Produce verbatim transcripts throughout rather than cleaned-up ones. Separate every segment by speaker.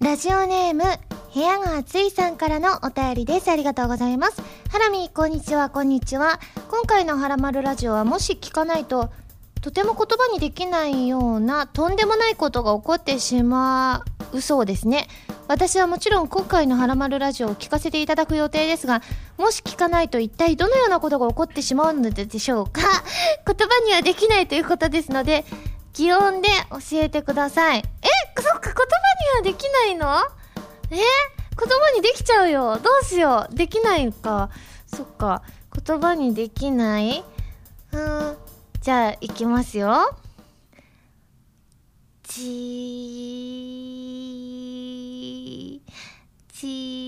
Speaker 1: ラジオネーム部屋が暑いさんからのお便りです。ありがとうございます。ハラミこんにちは。こんにちは。今回のハラマルラジオはもし聞かないととても言葉にできないようなとんでもないことが起こってしまうそうですね。私はもちろん今回のハラマルラジオを聞かせていただく予定ですが、もし聞かないと一体どのようなことが起こってしまうのでしょうか。言葉にはできないということですので擬音で教えてください。え、そっか、言葉にはできないの？え、言葉にできちゃうよ。どうしよう。できないか。そっか、言葉にできない。うーん、じゃあいきますよ。ちーち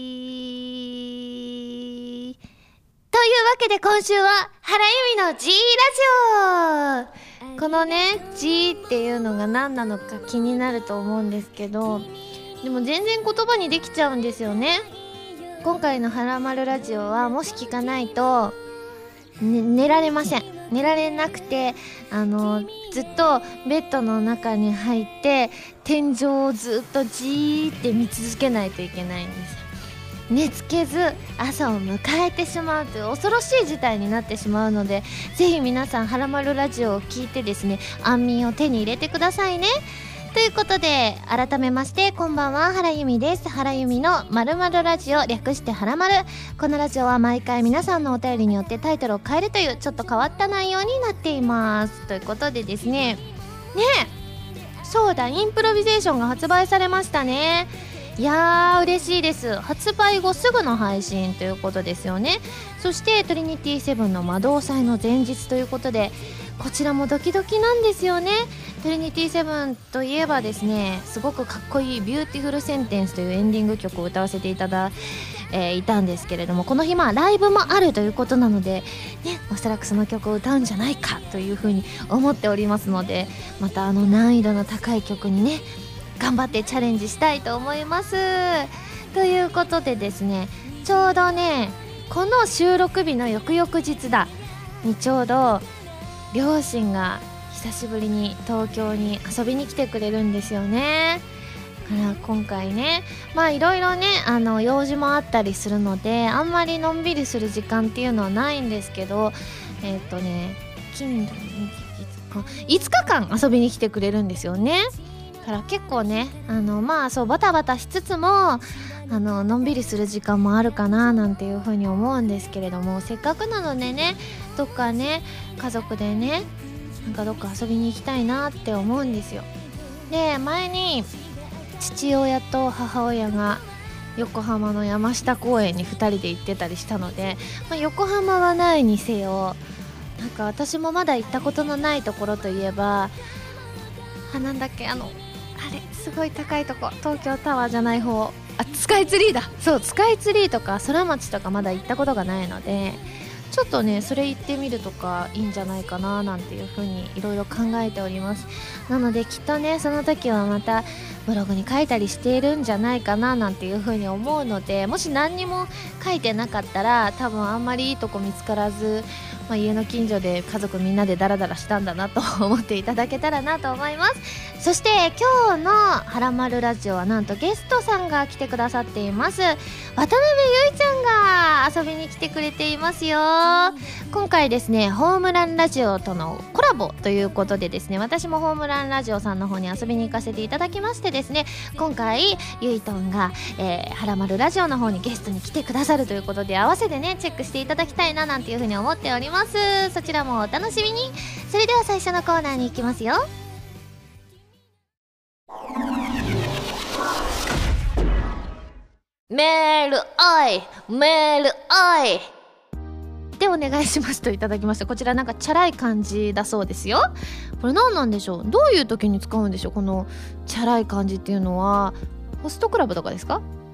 Speaker 1: ーというわけで今週は原由美の G ラジオ。このね G っていうのが何なのか気になると思うんですけど、でも全然言葉にできちゃうんですよね。今回のハラマルラジオはもし聞かないと、ね、寝られません。寝られなくて、あのずっとベッドの中に入って天井をずっとじーって見続けないといけないんですよ。寝つけず朝を迎えてしまうという恐ろしい事態になってしまうので、ぜひ皆さんハラマルラジオを聞いてですね、安眠を手に入れてくださいね。ということで改めましてこんばんは、原由美です。原由美のまるまるラジオ、略してはらまる。このラジオは毎回皆さんのお便りによってタイトルを変えるというちょっと変わった内容になっています。ということでですね、ねえ、そうだ、インプロビゼーションが発売されましたね。いやー嬉しいです。発売後すぐの配信ということですよね。そしてトリニティセブンの魔導祭の前日ということで、こちらもドキドキなんですよね。トリニティセブンといえばですね、すごくかっこいいビューティフルセンテンスというエンディング曲を歌わせていただ、えー、いたんですけれども、この日まあライブもあるということなので、ね、おそらくその曲を歌うんじゃないかというふうに思っておりますので、またあの難易度の高い曲にね頑張ってチャレンジしたいと思います。ということでですね、ちょうどねこの収録日の翌々日だにちょうど両親が久しぶりに東京に遊びに来てくれるんですよね。だから今回ね、まあいろいろねあの用事もあったりするのであんまりのんびりする時間っていうのはないんですけど、えっとね金土日いつかかん遊びに来てくれるんですよね。だから結構ねあのまあそうバタバタしつつもあののんびりする時間もあるかななんていうふうに思うんですけれども、せっかくなのでねどっかね家族でねなんかどっか遊びに行きたいなって思うんですよ。で前に父親と母親が横浜の山下公園にふたりで行ってたりしたので、まあ、横浜はないにせよなんか私もまだ行ったことのないところといえばあなんだっけあのあれすごい高いとこ、東京タワーじゃない方、あスカイツリーだ。そうスカイツリーとか空町とかまだ行ったことがないので、ちょっとねそれ行ってみるとかいいんじゃないかななんていう風にいろいろ考えております。なのできっとねその時はまたブログに書いたりしているんじゃないかななんていう風に思うので、もし何にも書いてなかったら多分あんまりいいとこ見つからず、まあ、家の近所で家族みんなでダラダラしたんだなと思っていただけたらなと思います。そして今日のハラマルラジオはなんとゲストさんが来てくださっています。渡辺ゆいちゃんが遊びに来てくれていますよ。今回ですねホームランラジオとのコラボということでですね、私もホームランラジオさんの方に遊びに行かせていただきましてですね、今回ゆいとんが、えー、ハラマルラジオの方にゲストに来てくださるということで、合わせてねチェックしていただきたいななんていうふうに思っております。そちらもお楽しみに。それでは最初のコーナーに行きますよ。メールおいメールおいでお願いしますといただきました。こちらなんかチャラい感じだそうですよ。これ何なんでしょう、どういう時に使うんでしょう、このチャラい感じっていうのは。ホストクラブとかですか？あ、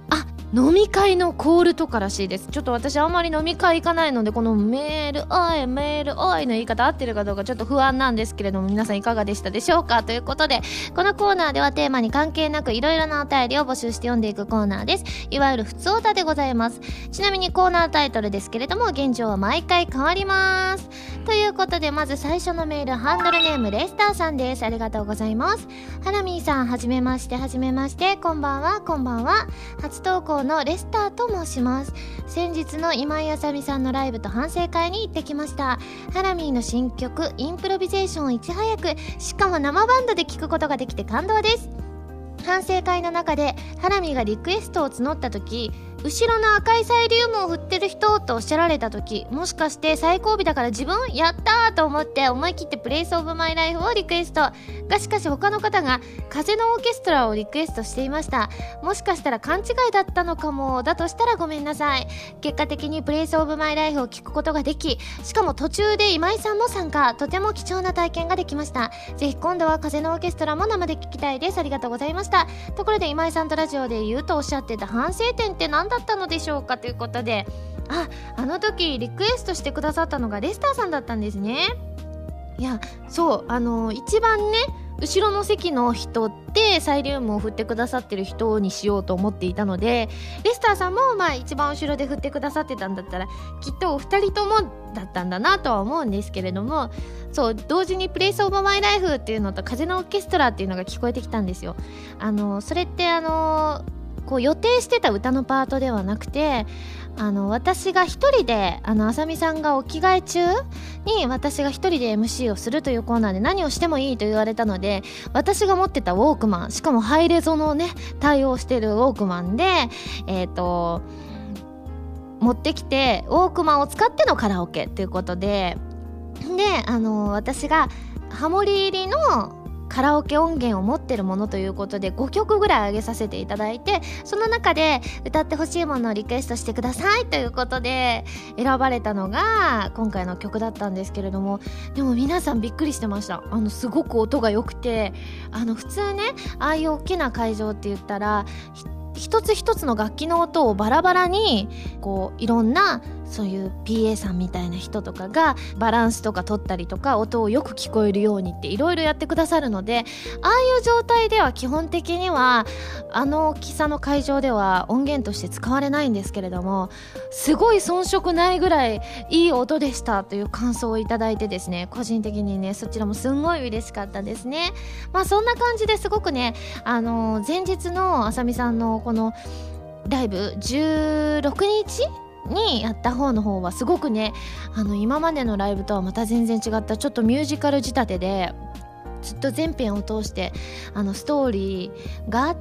Speaker 1: 飲み会のコールとからしいです。ちょっと私あんまり飲み会行かないので、このメールおいメールおいの言い方合ってるかどうかちょっと不安なんですけれども、皆さんいかがでしたでしょうか。ということで、このコーナーではテーマに関係なくいろいろなお便りを募集して読んでいくコーナーです。いわゆるふつおたでございます。ちなみにコーナータイトルですけれども、現状は毎回変わります。ということで、まず最初のメール、ハンドルネームレスターさんです。ありがとうございます。ハラミーさん、はじめましてはじめまして、こんばんはこんばんは。初投稿のレスターと申します。先日の今井あさみさんのライブと反省会に行ってきました。ハラミーの新曲インプロビゼーションをいち早く、しかも生バンドで聴くことができて感動です。反省会の中でハラミーがリクエストを募った時、後ろの赤いサイリウムを振ってる人とおっしゃられた時、もしかして最後尾だから自分やったーと思って思い切ってプレイスオブマイライフをリクエストが、しかし他の方が風のオーケストラをリクエストしていました。もしかしたら勘違いだったのかも。だとしたらごめんなさい。結果的にプレイスオブマイライフを聞くことができ、しかも途中で今井さんも参加、とても貴重な体験ができました。ぜひ今度は風のオーケストラも生で聞きたいです。ありがとうございました。ところで今井さんとラジオで言うとおっしゃってた反省点って何だったのでしょうか、ということで、あ、あの時リクエストしてくださったのがレスターさんだったんですね。いや、そう、あの一番ね後ろの席の人ってサイリウムを振ってくださってる人にしようと思っていたので、レスターさんもまあ一番後ろで振ってくださってたんだったら、きっとお二人ともだったんだなとは思うんですけれども、そう、同時にプレイスオブマイライフっていうのと風のオーケストラっていうのが聞こえてきたんですよ。あのそれってあのこう予定してた歌のパートではなくて、あの私が一人で、あのあさみさんがお着替え中に私が一人で エムシー をするというコーナーで何をしてもいいと言われたので、私が持ってたウォークマン、しかもハイレゾのね対応してるウォークマンでえっと持ってきて、ウォークマンを使ってのカラオケっていうことで、であの私がハモリ入りのカラオケ音源を持ってるものということでごきょくぐらい上げさせていただいて、その中で歌ってほしいものをリクエストしてくださいということで選ばれたのが今回の曲だったんですけれども、でも皆さんびっくりしてました。あのすごく音が良くて、あの普通ねああいう大きな会場って言ったら一つ一つの楽器の音をバラバラにこういろんなそういう ピーエー さんみたいな人とかがバランスとか取ったりとか音をよく聞こえるようにっていろいろやってくださるので、ああいう状態では基本的にはあの大きさの会場では音源として使われないんですけれども、すごい遜色ないぐらいいい音でしたという感想をいただいてですね、個人的にねそちらもすんごい嬉しかったですね。まあそんな感じですごくね、あの前日のあさみさんのこのライブじゅうろくにちにやった方の方はすごくね、あの今までのライブとはまた全然違ったちょっとミュージカル仕立てで、ずっと全編を通してあのストーリーがあって、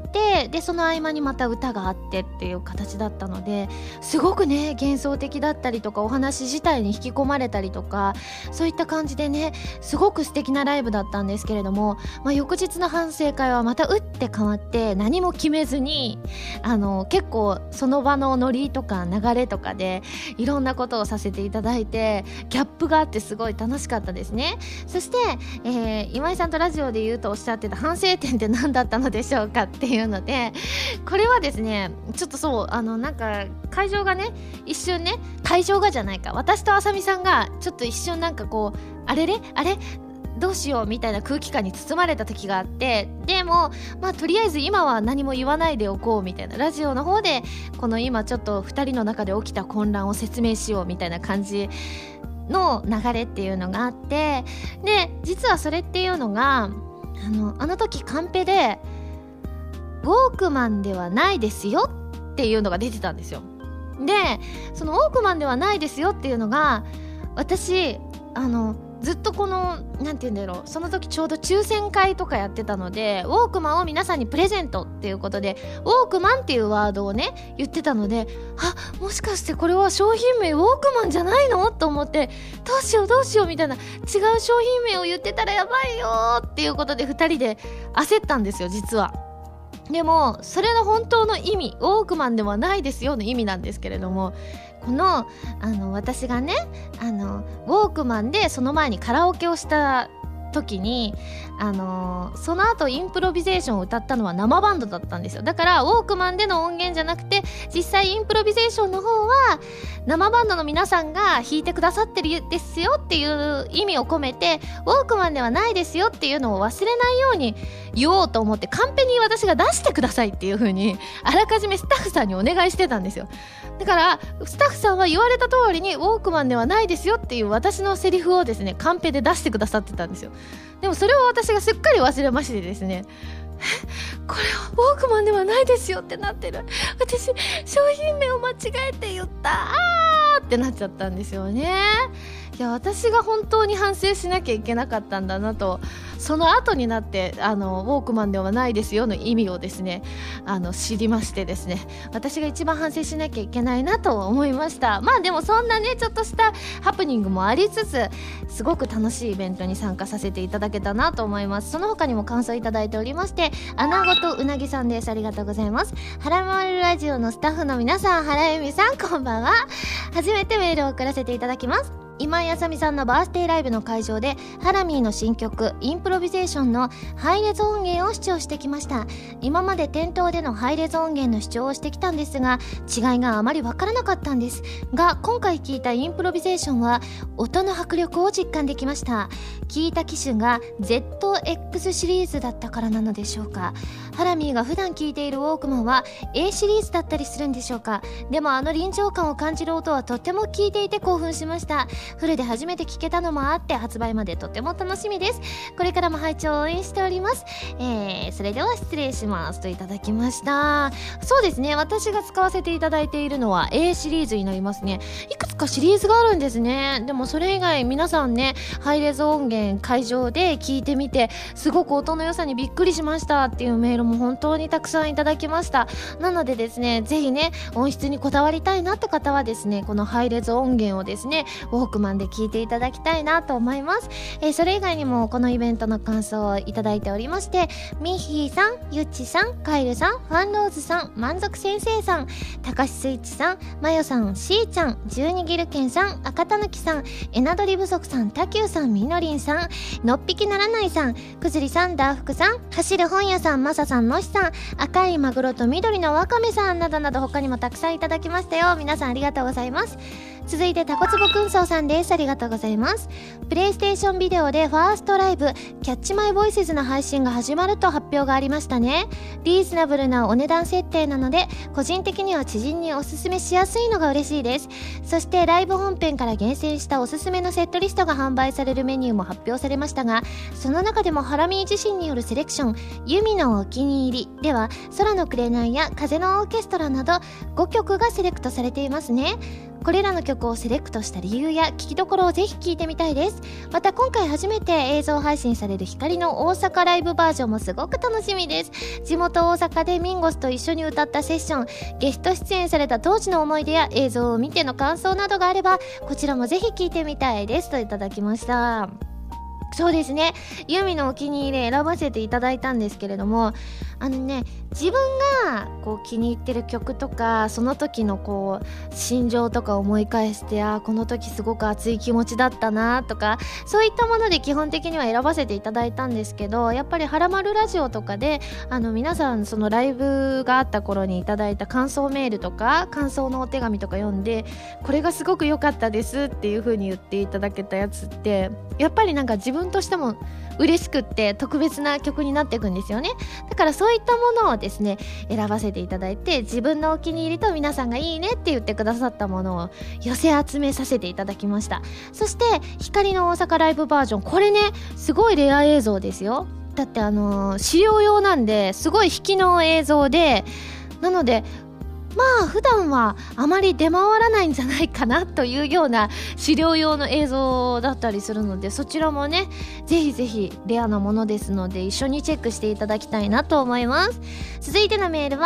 Speaker 1: でその合間にまた歌があってっていう形だったので、すごくね幻想的だったりとか、お話自体に引き込まれたりとか、そういった感じでねすごく素敵なライブだったんですけれども、まあ、翌日の反省会はまた打って変わって何も決めずに、あの結構その場のノリとか流れとかでいろんなことをさせていただいて、ギャップがあってすごい楽しかったですね。そして、えー、今井さんとラジオで言うとおっしゃってた反省点って何だったのでしょうかっていうので、これはですねちょっとそうあのなんか会場がね一瞬ね会場がじゃないか私とあさみさんがちょっと一瞬なんかこうあれれあれどうしようみたいな空気感に包まれた時があって、でもまあとりあえず今は何も言わないでおこうみたいな、ラジオの方でこの今ちょっとふたりの中で起きた混乱を説明しようみたいな感じの流れっていうのがあって、で実はそれっていうのがあのあの時カンペでウォークマンではないですよっていうのが出てたんですよ。でそのウォークマンではないですよっていうのが、私あのずっとこのなんて言うんだろう、その時ちょうど抽選会とかやってたので、ウォークマンを皆さんにプレゼントっていうことでウォークマンっていうワードをね言ってたので、あ、もしかしてこれは商品名ウォークマンじゃないのと思って、どうしようどうしようみたいな、違う商品名を言ってたらやばいよっていうことでふたりで焦ったんですよ実は。でもそれの本当の意味、ウォークマンではないですよの意味なんですけれども、このあの私がねあのウォークマンでその前にカラオケをした時にあのー、その後インプロビゼーションを歌ったのは生バンドだったんですよ。だからウォークマンでの音源じゃなくて、実際インプロビゼーションの方は生バンドの皆さんが弾いてくださってるですよっていう意味を込めて、ウォークマンではないですよっていうのを忘れないように言おうと思って、カンペに私が出してくださいっていう風にあらかじめスタッフさんにお願いしてたんですよ。だからスタッフさんは言われた通りにウォークマンではないですよっていう私のセリフをですね、カンペで出してくださってたんですよ。でもそれを私がすっかり忘れましてですねこれはウォークマンではないですよってなってる、私商品名を間違えて言った、あーってなっちゃったんですよね。いや、私が本当に反省しなきゃいけなかったんだなと、その後になってあのウォークマンではないですよの意味をですね、あの知りましてですね、私が一番反省しなきゃいけないなと思いました。まあでもそんなねちょっとしたハプニングもありつつ、すごく楽しいイベントに参加させていただけたなと思います。その他にも感想いただいておりまして、穴子とうなぎさんです。ありがとうございます。はらまるラジオのスタッフの皆さん、原由美さん、こんばんは。初めてメールを送らせていただきます。今井あさみさんのバースデーライブの会場でハラミーの新曲インプロビゼーションのハイレゾ音源を視聴してきました。今まで店頭でのハイレゾ音源の視聴をしてきたんですが、違いがあまりわからなかったんですが、今回聞いたインプロビゼーションは音の迫力を実感できました。聞いた機種が ゼットエックス シリーズだったからなのでしょうか。ハラミーが普段聞いているウォークマンは A シリーズだったりするんでしょうか。でもあの臨場感を感じる音はとっても聞いていて興奮しました。フルで初めて聞けたのもあって発売までとても楽しみです。これからも拝聴応援しております。えー、それでは失礼しますといただきました。そうですね、私が使わせていただいているのは A シリーズになりますね。いくつかシリーズがあるんですね。でもそれ以外皆さんね、ハイレゾ音源会場で聞いてみてすごく音の良さにびっくりしましたっていうメールも本当にたくさんいただきました。なのでですね、ぜひね音質にこだわりたいなって方はですね、このハイレゾ音源をですねウォークマンで聞いていただきたいなと思います。えー、それ以外にもこのイベントの感想をいただいておりまして、ミッヒーさん、ゆっちさん、カイルさん、ファンローズさん、満足先生さん、たかしスイッチさん、まよさん、しーちゃん、十二ギルケンさん、赤たぬきさん、えなどり不足さん、たきゅうさん、みのりんさん、のっぴきならないさん、くずりさん、ダーフクさん、走る本屋さん、まささん、のしさん、赤いマグロと緑のわかめさんなどなど他にもたくさんいただきましたよ。皆さんありがとうございます。続いてタコツボくんそうさんです。ありがとうございます。プレイステーションビデオでファーストライブキャッチマイボイスズの配信が始まると発表がありましたね。リーズナブルなお値段設定なので個人的には知人におすすめしやすいのが嬉しいです。そしてライブ本編から厳選したおすすめのセットリストが販売されるメニューも発表されましたが、その中でもハラミー自身によるセレクションユミのお気に入りでは空の紅や風のオーケストラなどごきょくがセレクトされていますね。これらの曲をセレクトした理由や聴きどころをぜひ聴いてみたいです。また今回初めて映像配信される光の大阪ライブバージョンもすごく楽しみです。地元大阪でミンゴスと一緒に歌ったセッション、ゲスト出演された当時の思い出や映像を見ての感想などがあればこちらもぜひ聴いてみたいですといただきました。そうですね、ユミのお気に入り選ばせていただいたんですけれども、あのね、自分がこう気に入ってる曲とかその時のこう心情とか思い返して、あこの時すごく熱い気持ちだったなとか、そういったもので基本的には選ばせていただいたんですけど、やっぱりはらまるラジオとかであの皆さんそのライブがあった頃にいただいた感想メールとか感想のお手紙とか読んで、これがすごく良かったですっていう風に言っていただけたやつってやっぱりなんか自分としても嬉しくって特別な曲になっていくんですよね。だからそういったものをですね選ばせていただいて、自分のお気に入りと皆さんがいいねって言ってくださったものを寄せ集めさせていただきました。そして光の大阪ライブバージョン、これねすごいレア映像ですよ。だってあのー、資料用なんですごい引きの映像で、なのでまあ普段はあまり出回らないんじゃないかなというような資料用の映像だったりするので、そちらもねぜひぜひレアなものですので一緒にチェックしていただきたいなと思います。続いてのメールは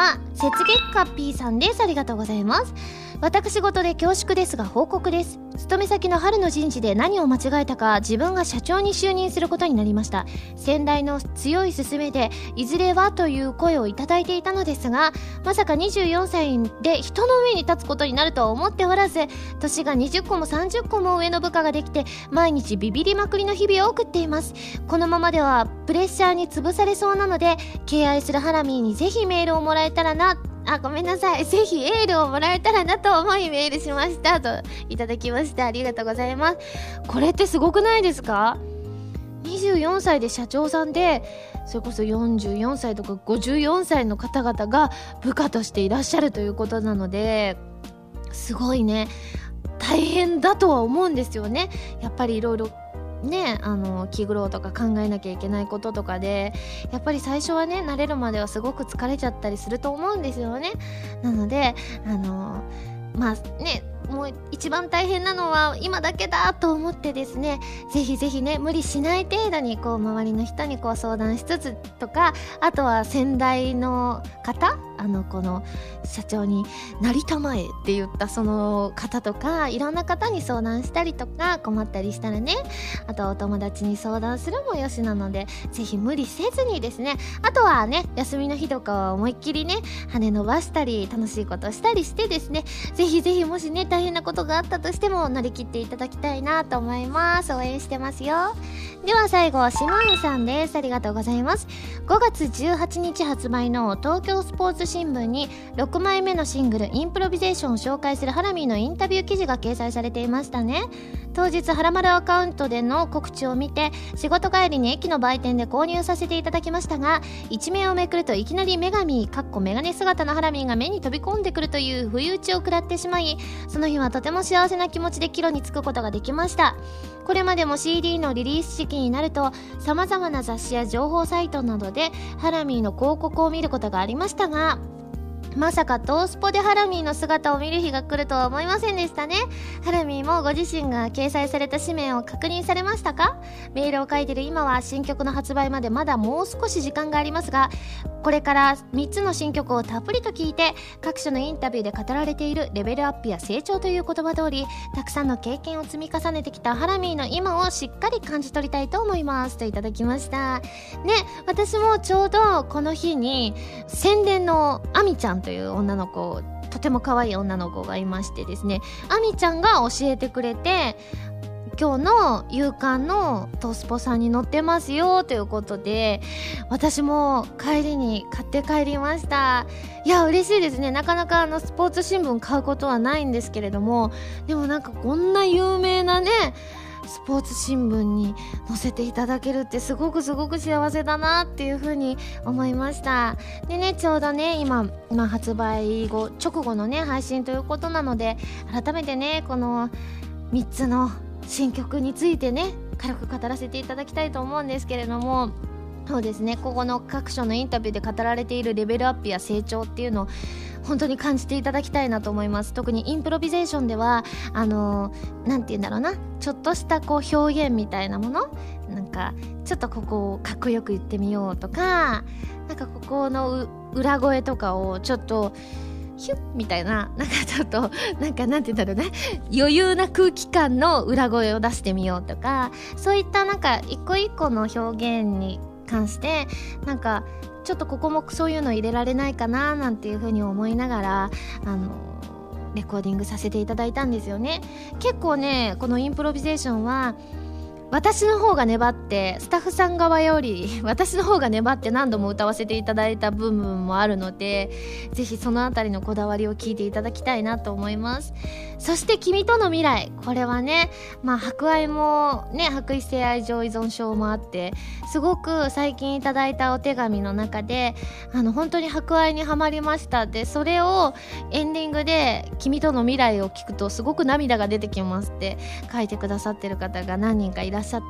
Speaker 1: 雪月花 P さんです。ありがとうございます。私事で恐縮ですが報告です。勤め先の春の人事で何を間違えたか自分が社長に就任することになりました。先代の強い勧めでいずれはという声をいただいていたのですが、まさかにじゅうよんさいで人の上に立つことになるとは思っておらず、年がにじゅっこもさんじゅっこも上の部下ができて毎日ビビりまくりの日々を送っています。このままではプレッシャーに潰されそうなので、敬愛するハラミーにぜひメールをもらえたらなあ、ごめんなさい。ぜひエールをもらえたらなと思いメールしましたといただきました。ありがとうございます。これってすごくないですか？にじゅうよんさいで社長さんで、それこそよんじゅうよんさいとかごじゅうよんさいの方々が部下としていらっしゃるということなので、すごいね、大変だとは思うんですよね。やっぱりいろいろね、あの気苦労とか考えなきゃいけないこととかで、やっぱり最初はね慣れるまではすごく疲れちゃったりすると思うんですよね。なのであのまあね、もう一番大変なのは今だけだと思ってですね、ぜひぜひね無理しない程度にこう周りの人にこう相談しつつとか、あとは先代の方、あのこの社長になりたまえって言ったその方とか、いろんな方に相談したりとか、困ったりしたらね、あとはお友達に相談するもよしなので、ぜひ無理せずにですね、あとはね休みの日とかは思いっきりね羽伸ばしたり楽しいことしたりしてですね、ぜひぜひもしね大変なことがあったとしても乗り切っていただきたいなと思います。応援してますよ。では最後、シモンさんです。ありがとうございます。ごがつじゅうはちにち発売の東京スポーツ新聞にろくまいめのシングルインプロビゼーションを紹介するハラミーのインタビュー記事が掲載されていましたね。当日ハラマルアカウントでの告知を見て、仕事帰りに駅の売店で購入させていただきましたが、一面をめくるといきなり女神かっこメガネ姿のハラミーが目に飛び込んでくるという不意打ちを食らってしまい、その日はとても幸せな気持ちで帰路に着くことができました。これまでも シーディー のリリース時期になると様々な雑誌や情報サイトなどでハラミーの広告を見ることがありましたが、まさかトースポでハラミーの姿を見る日が来るとは思いませんでしたね。ハラミーもご自身が掲載された紙面を確認されましたか？メールを書いている今は新曲の発売までまだもう少し時間がありますが、これからみっつの新曲をたっぷりと聞いて、各種のインタビューで語られているレベルアップや成長という言葉通り、たくさんの経験を積み重ねてきたハラミーの今をしっかり感じ取りたいと思いますといただきましたね。私もちょうどこの日に宣伝のアミちゃんという女の子、とても可愛い女の子がいましてですね、アミちゃんが教えてくれて、今日の夕刊のトースポさんに載ってますよということで、私も帰りに買って帰りました。いや嬉しいですね。なかなかあのスポーツ新聞買うことはないんですけれども、でもなんかこんな有名なねスポーツ新聞に載せていただけるってすごくすごく幸せだなっていう風に思いました。でね、ちょうどね今、まあ、発売後直後のね配信ということなので、改めてねこのみっつの新曲についてね軽く語らせていただきたいと思うんですけれども、そうですね、ここの各所のインタビューで語られているレベルアップや成長っていうのを本当に感じていただきたいなと思います。特にインプロビゼーションではあのー、なんて言うんだろうな、ちょっとしたこう表現みたいなもの、なんかちょっとここをかっこよく言ってみようとか、なんかここの裏声とかをちょっとヒュッみたいな、なんかちょっとなんかなんて言うんだろうね、余裕な空気感の裏声を出してみようとか、そういったなんか一個一個の表現に関してなんかちょっとここもそういうの入れられないかななんていう風に思いながらあのレコーディングさせていただいたんですよね。結構ねこのインプロビゼーションは私の方が粘って、スタッフさん側より私の方が粘って何度も歌わせていただいた部分もあるので、ぜひそのあたりのこだわりを聞いていただきたいなと思います。そして君との未来、これはね、まあ博愛もね、博異性愛情依存症もあって、すごく最近いただいたお手紙の中であの本当に博愛にはまりましたで、それをエンディングで君との未来を聞くとすごく涙が出てきますって書いてくださってる方が何人かいらっしゃって、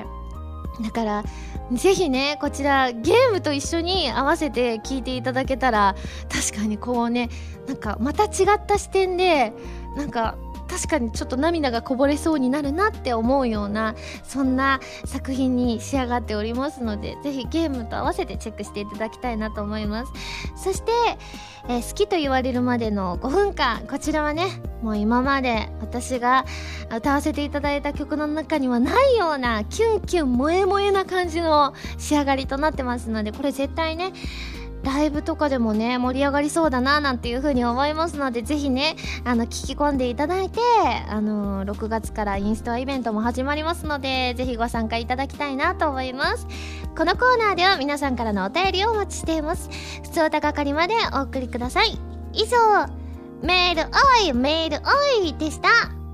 Speaker 1: だからぜひねこちらゲームと一緒に合わせて聞いていただけたら、確かにこうね、なんかまた違った視点でなんか確かにちょっと涙がこぼれそうになるなって思うようなそんな作品に仕上がっておりますので、ぜひゲームと合わせてチェックしていただきたいなと思います。そして、えー、好きと言われるまでのごふんかん、こちらはねもう今まで私が歌わせていただいた曲の中にはないようなキュンキュン萌え萌えな感じの仕上がりとなってますので、これ絶対ねライブとかでもね盛り上がりそうだななんていう風に思いますので、ぜひねあの聞き込んでいただいて、あのー、ろくがつからインストアイベントも始まりますので、ぜひご参加いただきたいなと思います。このコーナーでは皆さんからのお便りをお待ちしています。ふつおた係までお送りください。以上メールおいメールおいでした。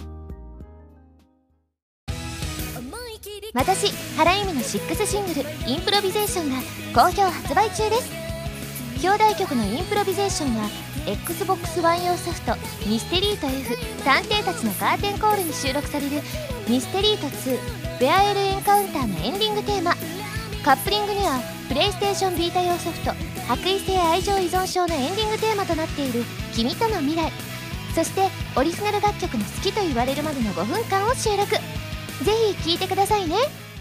Speaker 1: 私原由美のシックスシングルインプロビゼーションが好評発売中です。表題曲のインプロビゼーションは エックスボックスワン 用ソフトミステリート F 探偵たちのカーテンコールに収録されるミステリートツーベアエルエンカウンターのエンディングテーマ。カップリングにはプレイステーションビータ用ソフト白衣性愛情依存症のエンディングテーマとなっている君との未来、そしてオリジナル楽曲の好きと言われるまでのごふんかんを収録。ぜひ聴いてくださいね。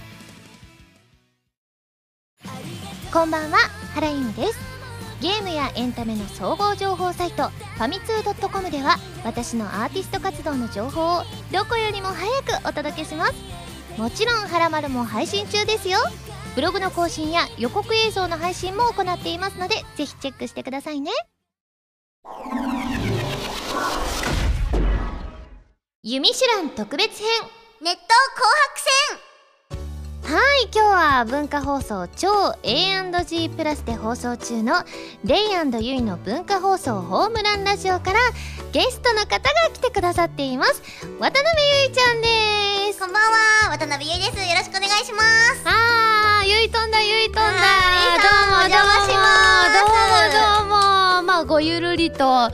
Speaker 1: こんばんは、原由美です。ゲームやエンタメの総合情報サイトファミツー .com では私のアーティスト活動の情報をどこよりも早くお届けします。もちろんはらまるも配信中ですよ。ブログの更新や予告映像の配信も行っていますので、ぜひチェックしてくださいね。ユミシュラン特別編
Speaker 2: ネット紅白戦。
Speaker 1: はい、今日は文化放送超 エーアンドジー プラスで放送中のレイ&ユイの文化放送ホームランラジオからゲストの方が来てくださっています。渡辺ゆいちゃんです。
Speaker 2: こんばんは、渡辺ゆいです。よろしくお願いします。
Speaker 1: あー、ゆいとんだゆいとんだ、どうも
Speaker 2: お邪魔します。
Speaker 1: どうもどうも、まあごゆるりと、
Speaker 2: はい、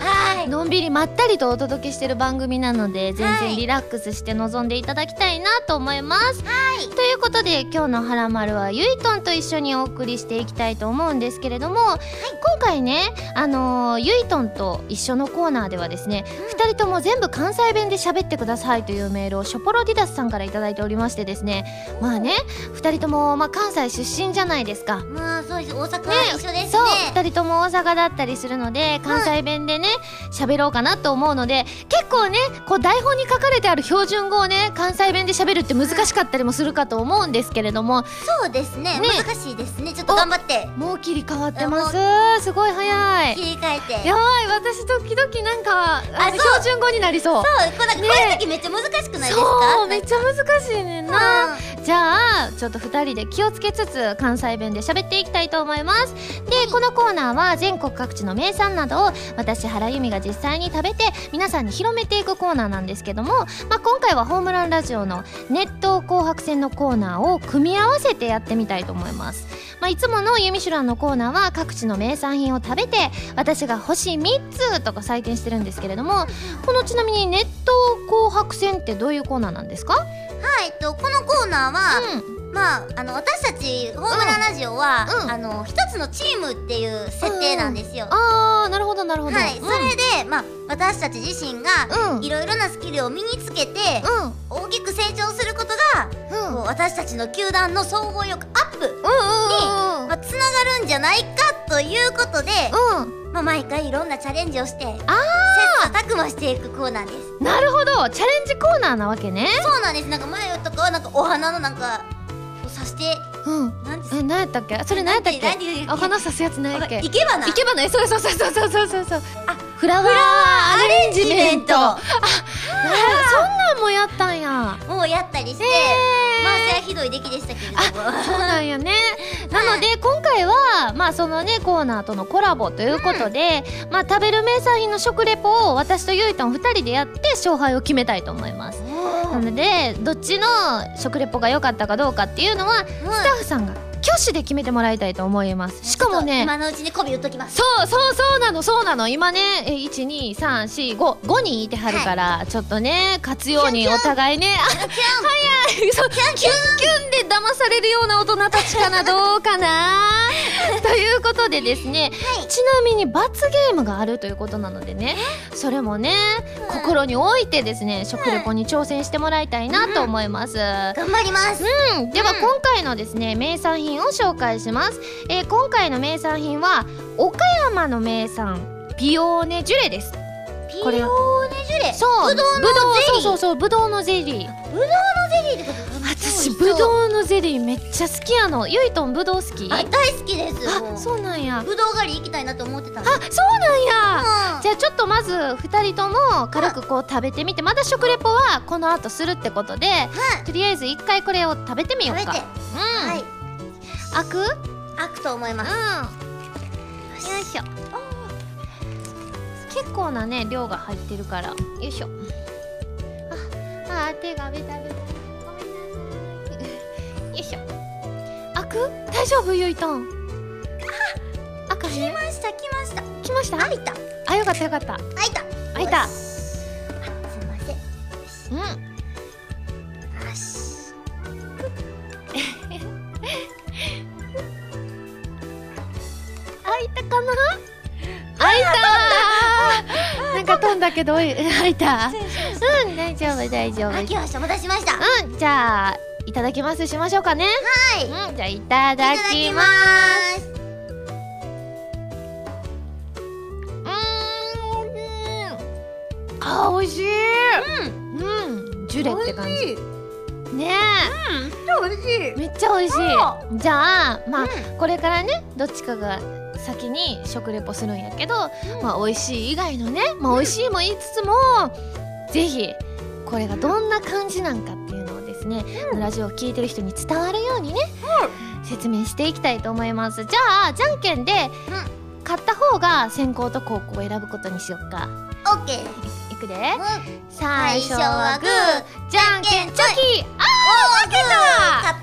Speaker 1: のんびりまったりとお届けしてる番組なので、全然リラックスして臨んでいただきたいなと思います。
Speaker 2: はい、
Speaker 1: ということで今日のはらまるはゆいとんと一緒にお送りしていきたいと思うんですけれども、はい、今回ね、あのー、ゆいとんと一緒のコーナーではですね、うん、ふたりとも全部関西弁で喋ってくださいというメールをショポロディダスさんからいただいておりましてですね、まあねふたりとも、まあ、関西出身じゃないですか。
Speaker 2: まあそうです、大阪は一緒ですね。
Speaker 1: そう、ふたりとも大阪だったりするので関西弁でね喋、うん、ろうかなと思うので、結構ねこう台本に書かれてある標準語をね関西弁で喋るって難しかったりもするかと思うんですけれども、
Speaker 2: そうですね、ね、難しいですね。ちょっと頑張って。
Speaker 1: もう切り替わってます。すごい早い。
Speaker 2: 切り替えて。
Speaker 1: やばい、私時々なんかあの標準語になりそう。
Speaker 2: そう、これ、ね、こういう時めっちゃ難しくないですか？
Speaker 1: そう、めっちゃ難しいねんな、うん、じゃあちょっとふたりで気をつけつつ関西弁で喋っていきたいと思います。で、はい、このコーナーは全国各地の名産などを私原由美が実際に食べて皆さんに広めていくコーナーなんですけども、まあ、今回はホームランラジオの熱湯紅白戦のコーナーを組み合わせてやってみたいと思います。まあ、いつものユミシュランのコーナーは各地の名産品を食べて私が星みっつとか採点してるんですけれども、このちなみに熱湯紅白戦ってどういうコーナーなんですか？
Speaker 2: はい、えっと、このコーナーは、うん、まあ、あの私たちホームランラジオは、うん、あの一つのチームっていう設定なんですよ。
Speaker 1: うん、あー、なるほどなるほど。
Speaker 2: はい、それで、まあ、私たち自身がいろいろなスキルを身につけて、うん、大きく成長することが、うん、こう私たちの球団の総合力アップに、うんうんうん、まあ、つながるんじゃないかということで、うん、まあ、毎回いろんなチャレンジをして切磋琢磨していくコーナーです。
Speaker 1: なるほど、チャレンジコーナーなわけね。
Speaker 2: そうなんです。なんか前とかはなんかお花のなんかを刺して、うん、なんですか、
Speaker 1: え、何やったっけ、それ何やったっけ、お花刺すやつ何やっけ、
Speaker 2: いけばな、
Speaker 1: いけばな、そうそうそうそうそうそうそう、あ、フラワーアレンジメント、あ、そんなんもやったんや。
Speaker 2: もうやったりして、まあそれはひどい出来でしたけれども、
Speaker 1: あ、そうなんやね。なので今回はまあそのねコーナーとのコラボということで、うん、まあ食べる名産品の食レポを私とゆいとんふたりでやって勝敗を決めたいと思います。なのでどっちの食レポが良かったかどうかっていうのは、うん、スタッフさんが挙挙手で決めてもらいたいと思います。しかもね、
Speaker 2: 今のうちに媚び打っときます。
Speaker 1: そうそうそうなのそうなの今ねえいちにさんしごごにんいてはるから、はい、ちょっとね勝つようにお互いねあ早いそうキュンキュンで騙されるような大人たちかなどうかなということでですね、はい、ちなみに罰ゲームがあるということなのでね、それもね、うん、心に置いてですね食レポに挑戦してもらいたいなと思います、うん、
Speaker 2: 頑張ります、
Speaker 1: うん、では今回のですね名産品を紹介します、えー、今回の名産品は岡山の名産ピオーネジュレです。
Speaker 2: ピオーネジュレ、
Speaker 1: そう
Speaker 2: ぶどうのゼリー、
Speaker 1: そうそうそうぶどうのゼリー、
Speaker 2: ぶどうのゼリーってこと？
Speaker 1: 私ぶどうのゼリーめっちゃ好きやの。ゆいとんぶどう好き？
Speaker 2: あ、大好きです。
Speaker 1: あ、そうなんや。
Speaker 2: ぶどう狩り行きたいなと思ってたの。
Speaker 1: あ、そうなんや、うん、じゃあちょっとまずふたりとも軽くこう食べてみて、まだ食レポはこの後するってことで、うん、とりあえず一回これを食べてみようか。
Speaker 2: 食べて、
Speaker 1: うん、はい。開く？
Speaker 2: 開くと思います。
Speaker 1: うん、よいしょ。結構なね量が入ってるから、よいしょ。ああ、手がベタベタ。ごめんなさい。よいしょ。開く？大丈夫？ゆいとん。あ、開く？
Speaker 2: 来ました来ました
Speaker 1: 来ました。
Speaker 2: 開いた。
Speaker 1: あ、よかったよかった。
Speaker 2: 開いた
Speaker 1: 開いた。
Speaker 2: すいません。
Speaker 1: うん。
Speaker 2: よし。
Speaker 1: 開いたかな？開いたー。なんか飛んだけど開いた。うん、大丈夫大丈夫。
Speaker 2: 開きました。戻しました。
Speaker 1: うん、じゃあいただきますしましょうかね。
Speaker 2: はい。
Speaker 1: うん、じゃあいただきます。うーん。あ、美味しい。うん。うん。ジュレって感じ。ねえ。
Speaker 2: うん。めっちゃ美味しい。
Speaker 1: めっちゃ美味しい。じゃあまあこれからねどっちかが先に食レポするんやけど、うん、まあ美味しい以外のね、まあ美味しいも言いつつも、うん、ぜひこれがどんな感じなんかっていうのをですね、うん、ラジオを聞いてる人に伝わるようにね、うん、説明していきたいと思います。じゃあじゃんけんで、うん、勝った方が先攻と後攻を選ぶことにしよっか。
Speaker 2: オッケー。
Speaker 1: いくで、うん、
Speaker 2: 最初はグー、
Speaker 1: じゃんけんチョキ。あー、負けた。
Speaker 2: 勝った。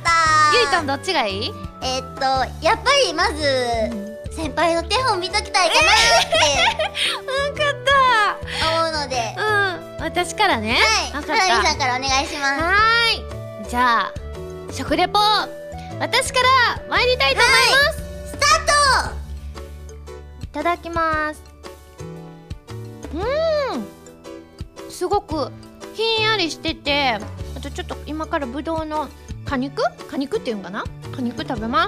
Speaker 1: ゆいとんどっちがいい？
Speaker 2: えー、っとやっぱりまず、うん先輩の手本見ときたいかなって
Speaker 1: 分かった
Speaker 2: 思うので、
Speaker 1: うん、私からね。
Speaker 2: はい、ハラミさんからお願いします。
Speaker 1: はーい、じゃあ食レポ私から参りたいと思います。
Speaker 2: スタート。
Speaker 1: いただきます。うーん、すごくひんやりしてて、あとちょっと今からぶどうの果肉果肉っていうんかな、果肉食べます。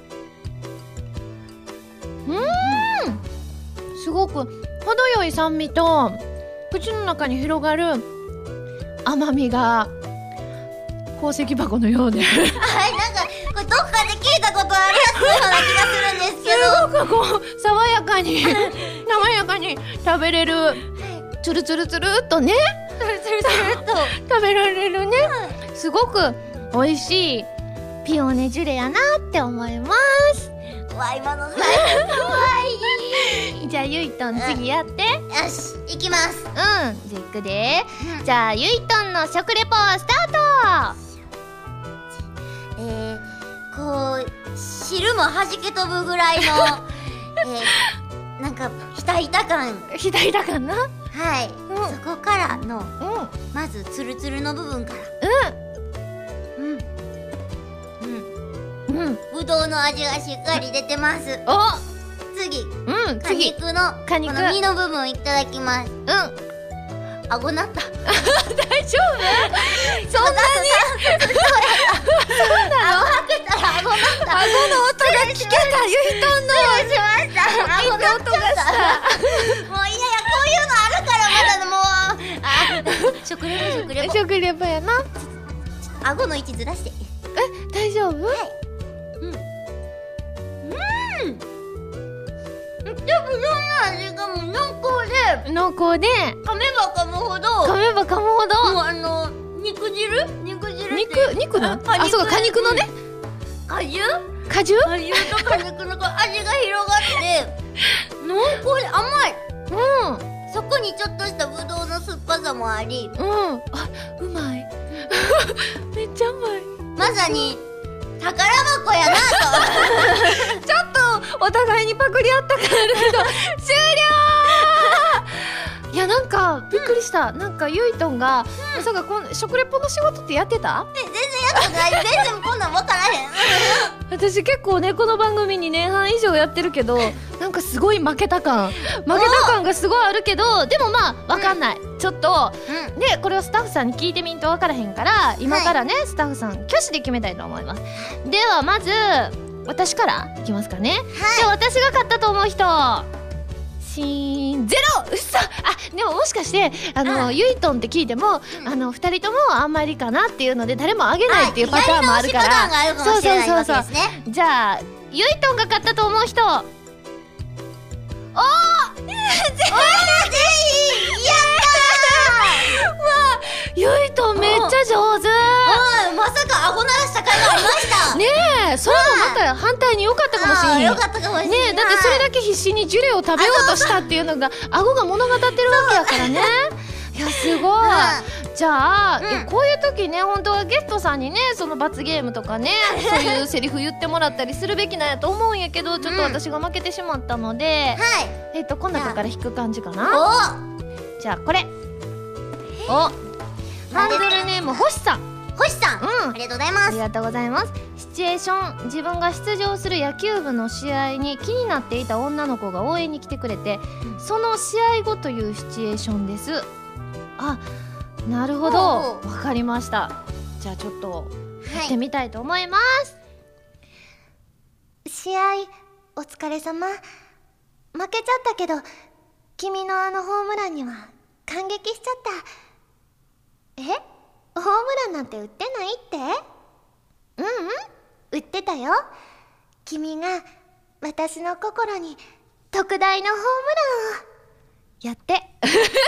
Speaker 1: うーん、すごく程よい酸味と口の中に広がる甘みが宝石箱のようではい、
Speaker 2: なんかこれどっかで聞いたことあるやつのような気がするんですけど
Speaker 1: すごくこう爽やかに爽やかに食べれる、つるつるつるっとね
Speaker 2: つるつるつるっと
Speaker 1: 食べられるね、すごく美味しいピオーネジュレやなって思います。
Speaker 2: わ、今の最後かわいい
Speaker 1: じゃあゆいとん次やって、
Speaker 2: うん、よし、いきます。
Speaker 1: うん、じゃあいくで、うん、じゃあゆいとんの食レポスタート。
Speaker 2: えー、こう汁も弾け飛ぶぐらいのえー、なんかひたひた感
Speaker 1: ひたひた感な。
Speaker 2: はい、うん、そこからの、うん、まずツルツルの部分から、うんうんうん、ぶどうの味がしっかり出てます。
Speaker 1: お、
Speaker 2: 次、
Speaker 1: うん、
Speaker 2: 果肉のこの実の部分いただきます。うん、顎なった
Speaker 1: 大丈夫？そんなに
Speaker 2: そうなの？顎開けたら顎なった。
Speaker 1: 顎の音が聞けた。ゆいとんの
Speaker 2: 失礼しました。顎なっちゃった。もういやいや、こういうのあるからまだもうあ、食レポ食レポ
Speaker 1: 食レポやな。
Speaker 2: 顎の位置ずらして。
Speaker 1: え、大丈夫？はい。
Speaker 2: うん。うん。でもそんな味がもう濃厚で
Speaker 1: 濃厚で
Speaker 2: 噛めば噛むほど
Speaker 1: 噛めば噛むほど
Speaker 2: もうあの肉汁肉汁
Speaker 1: 肉肉なあ、そうか、果肉のね、
Speaker 2: 果汁
Speaker 1: 果汁
Speaker 2: 果汁と果肉のこう味が広がって濃厚で甘い。うん。そこにちょっとしたぶどうの酸っぱさもあり、
Speaker 1: うん、あ、うまいめっちゃうまい。
Speaker 2: まさに宝箱やなと
Speaker 1: ちょっとお互いにパクリ合ったからあるけど終了いやなんかびっくりした、うん、なんかゆいとんが、うん、そうかこん食レポの仕事ってやってた？
Speaker 2: 全然やってない全然こんなん分からへん
Speaker 1: 私結構ねこの番組にねんはん以上やってるけどなんかすごい負けた感負けた感がすごいあるけどでもまあ分かんない、うん、ちょっと、うん、でこれをスタッフさんに聞いてみんと分からへんから今からね、はい、スタッフさん挙手で決めたいと思います。ではまず私からいきますかね、はい、じゃあ私が勝ったと思う人シーンゼロうっそあでももしかしてあの、うん、ゆいとんって聞いても、うん、あのふたりともあんまりかなっていうので誰もあげないっていうパターンもあるから、
Speaker 2: はい、そうそうそうそう
Speaker 1: じゃあゆいとんが勝ったと思う人おー全
Speaker 2: 員やったーわあ
Speaker 1: ゆいとんめっちゃ上手
Speaker 2: まさか顎鳴らした甲斐がありました
Speaker 1: ねえそれもまた反対に良かったかもしれない
Speaker 2: 良かったかもしれない
Speaker 1: ねえだってそれだけ必死にジュレを食べようとしたっていうのが顎が物語ってるわけやからねいやすごい、うん、じゃあ、うん、こういう時ね本当はゲストさんにねその罰ゲームとかねそういうセリフ言ってもらったりするべきなんやと思うんやけどちょっと私が負けてしまったので、うん、えっとこの中から引く感じかな。じゃあこれおハンドルネーム星さん
Speaker 2: 星さん、うん、ありがとうございます。
Speaker 1: ありがとうございます。シチュエーション自分が出場する野球部の試合に気になっていた女の子が応援に来てくれて、うん、その試合後というシチュエーションです。あ、なるほどわかりました。じゃあちょっとやってみたいと思います、はい、試合お疲れ様。負けちゃったけど君のあのホームランには感激しちゃった。えホームランなんて打ってないって？うんうん打ってたよ。君が私の心に特大のホームランをやってこ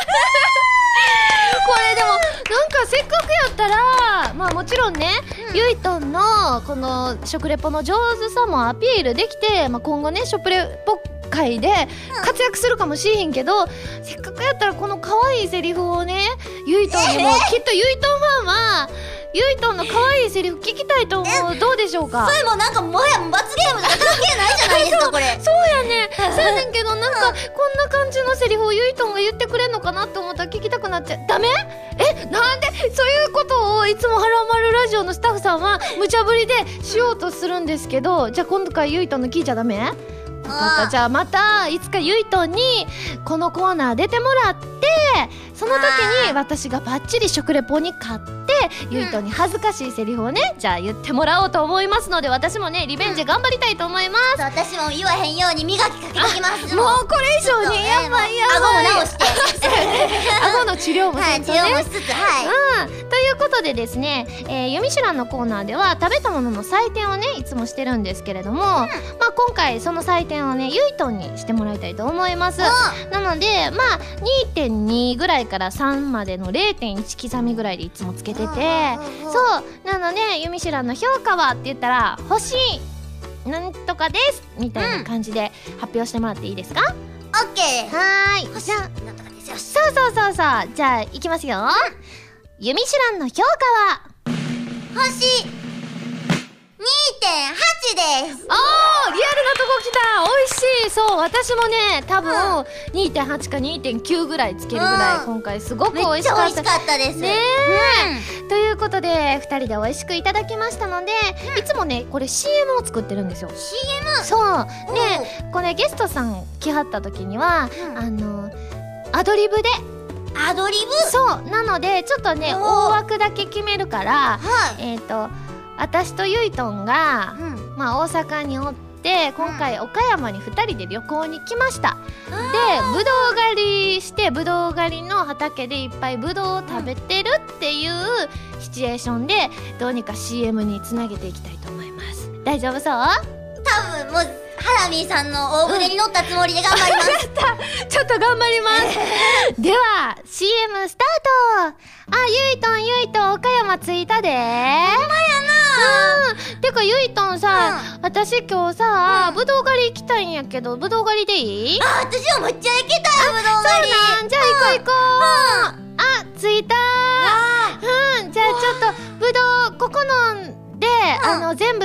Speaker 1: れでもなんかせっかくやったらまあもちろんね、うん、ゆいとんのこの食レポの上手さもアピールできて、まあ、今後ね食レポ界で活躍するかもしれへんけど、うん、せっかくやったらこの可愛いセリフをねゆいとんにも、えー、きっとゆいとんファンはゆいとんの可愛いセリフ聞きたいと思う。どうでしょうか。
Speaker 2: それもなんかもはや罰ゲームとか関係ないじゃないですかこれ
Speaker 1: そうやねそうやねんけどなんかこんな感じのセリフをゆいとんが言ってくれんのかなって思ったら聞きたくなっちゃう。ダメ？えなんでそういうことをいつもハラマルラジオのスタッフさんは無茶ぶりでしようとするんですけどじゃあ今度からゆいとんの聞いちゃダメ？分かった。じゃあまたいつかゆいとんにこのコーナー出てもらってその時に私がバッチリ食レポに勝ってゆいとんに恥ずかしいセリフをねじゃあ言ってもらおうと思いますので私もねリベンジ頑張りたいと思います、
Speaker 2: うん、私も言わへんように磨きかけてきます。
Speaker 1: もうこれ以上にやばいやばい
Speaker 2: 顎も直して
Speaker 1: 顎の治療もせんとね、
Speaker 2: はい、治療もしつつはい、
Speaker 1: うん、ということでですね、えー、ゆみしゅらんのコーナーでは食べたものの採点をねいつもしてるんですけれども、うん、まあ今回その採点をねゆいとんにしてもらいたいと思います。なのでまあ にてんに ぐらいからさんまでの れいてんいち 刻みぐらいでいつもつけててそうなのでゆみしゅらんの評価はって言ったら星なんとかですみたいな感じで発表してもらっていいですか？
Speaker 2: オッケー。
Speaker 1: はーい。じゃあなんとかですよ。そうそうそうそうじゃあいきますよ、うん、ゆみしゅらんの評価は
Speaker 2: 星 にてんはち です。
Speaker 1: おーリアルなとこ来た。美味しい。そう私もね多分、うん、にてんはち か にてんきゅう ぐらいつけるぐらい、うん、今回すごく美味しかった。
Speaker 2: めっちゃ美味しかったです
Speaker 1: ね、うん、ということでふたりで美味しくいただきましたので、うん、いつもねこれ シーエム を作ってるんですよ。
Speaker 2: シーエム？
Speaker 1: そうでこれゲストさん来はった時には、うん、あのアドリブで
Speaker 2: アドリブ
Speaker 1: そうなのでちょっとね大枠だけ決めるから、はい、えっ、ー、と私とゆいとんが、うんまあ、大阪におって今回岡山にふたりで旅行に来ました、うん、でぶどう狩りしてぶどう狩りの畑でいっぱいぶどうを食べてるっていうシチュエーションでどうにか シーエム につなげていきたいと思います。大丈夫そう？
Speaker 2: 多分もうハラミーさんの大船に乗ったつもりで頑張ります、
Speaker 1: うん、ちょっと頑張りますでは シーエム スタート。あ、ゆいとんゆいとん岡山着いたで。ほんまやな。うん。てかゆいとんさ、うん、私今日さ、うん、ぶどう狩り行きたいんやけどぶどう狩りでいい？
Speaker 2: あ、私もめっちゃ行きたいぶどう狩り。
Speaker 1: そうなんじゃあ行こう行こう、うん、あ、着いたー。うん、じゃあちょっとぶどうここので、うん、あの全部食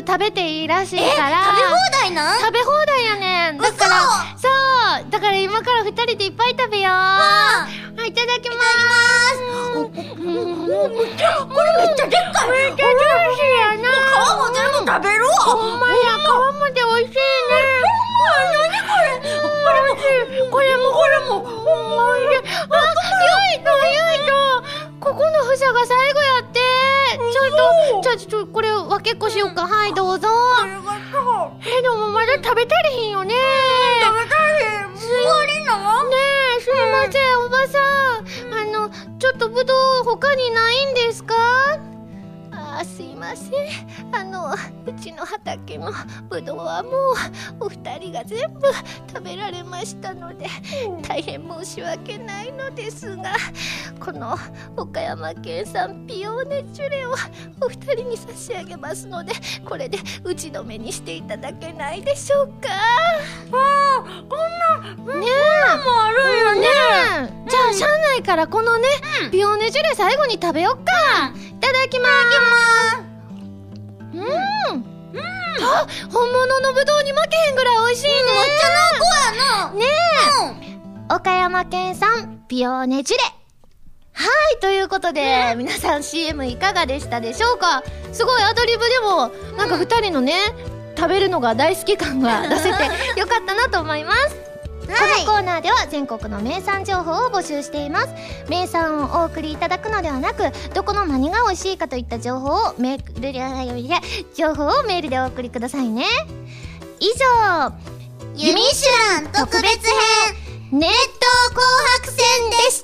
Speaker 1: 食べていいらしいから。
Speaker 2: 食べ放題なん？
Speaker 1: 食べ放題やねん。だから、そう。だから今から二人でいっぱい食べよう。はい、いただきまーす。これめっちゃでっかい。めっちゃジューシーやな。
Speaker 2: 皮も全部食べるわ。
Speaker 1: ほんまや、皮まで美味しいね。
Speaker 2: 何これ。
Speaker 1: これもこれも。ほんまに。あ、ゆいとゆいと。ここの房が最後やって。ちょっと、じゃあちょっとこれ分けっこしようか。はい、どうぞ。
Speaker 2: ありがとう。
Speaker 1: え、でもまだ食べたりひんよね。
Speaker 2: 食べたり。もう終わりなの？
Speaker 1: ねえ、すいません、おばさん。あの、ちょっとぶどう他にないんですか？あ、すいません。あの、うちの畑のぶどうはもうお二人が全部食べられましたので、大変申し訳ないのですが、この岡山県産ピオーネチュレをお二人に差し上げますので、これで打ち止めにしていただけないでしょうか？
Speaker 2: ああ、こんなねえもあるよね。
Speaker 1: ねえ、じゃあ車内からこのね、うん、ピオーネチュレ最後に食べよっか。いただきまーす。うん、うん、あ、本物のぶどうに負けへんぐらい美味しいね。めっ
Speaker 2: ちゃ濃厚やな。
Speaker 1: ねえ、うん、岡山県産ピオーネチュレ。はい、ということで、うん、皆さん シーエム いかがでしたでしょうか？すごいアドリブでもなんかふたりのね、うん、食べるのが大好き感が出せてよかったなと思います。このコーナーでは全国の名産情報を募集しています。名産をお送りいただくのではなく、どこの何が美味しいかといった情報をメールで情報をメールでお送りくださいね。以上、
Speaker 2: ユミシュラン特別編
Speaker 1: 熱湯紅白戦でした。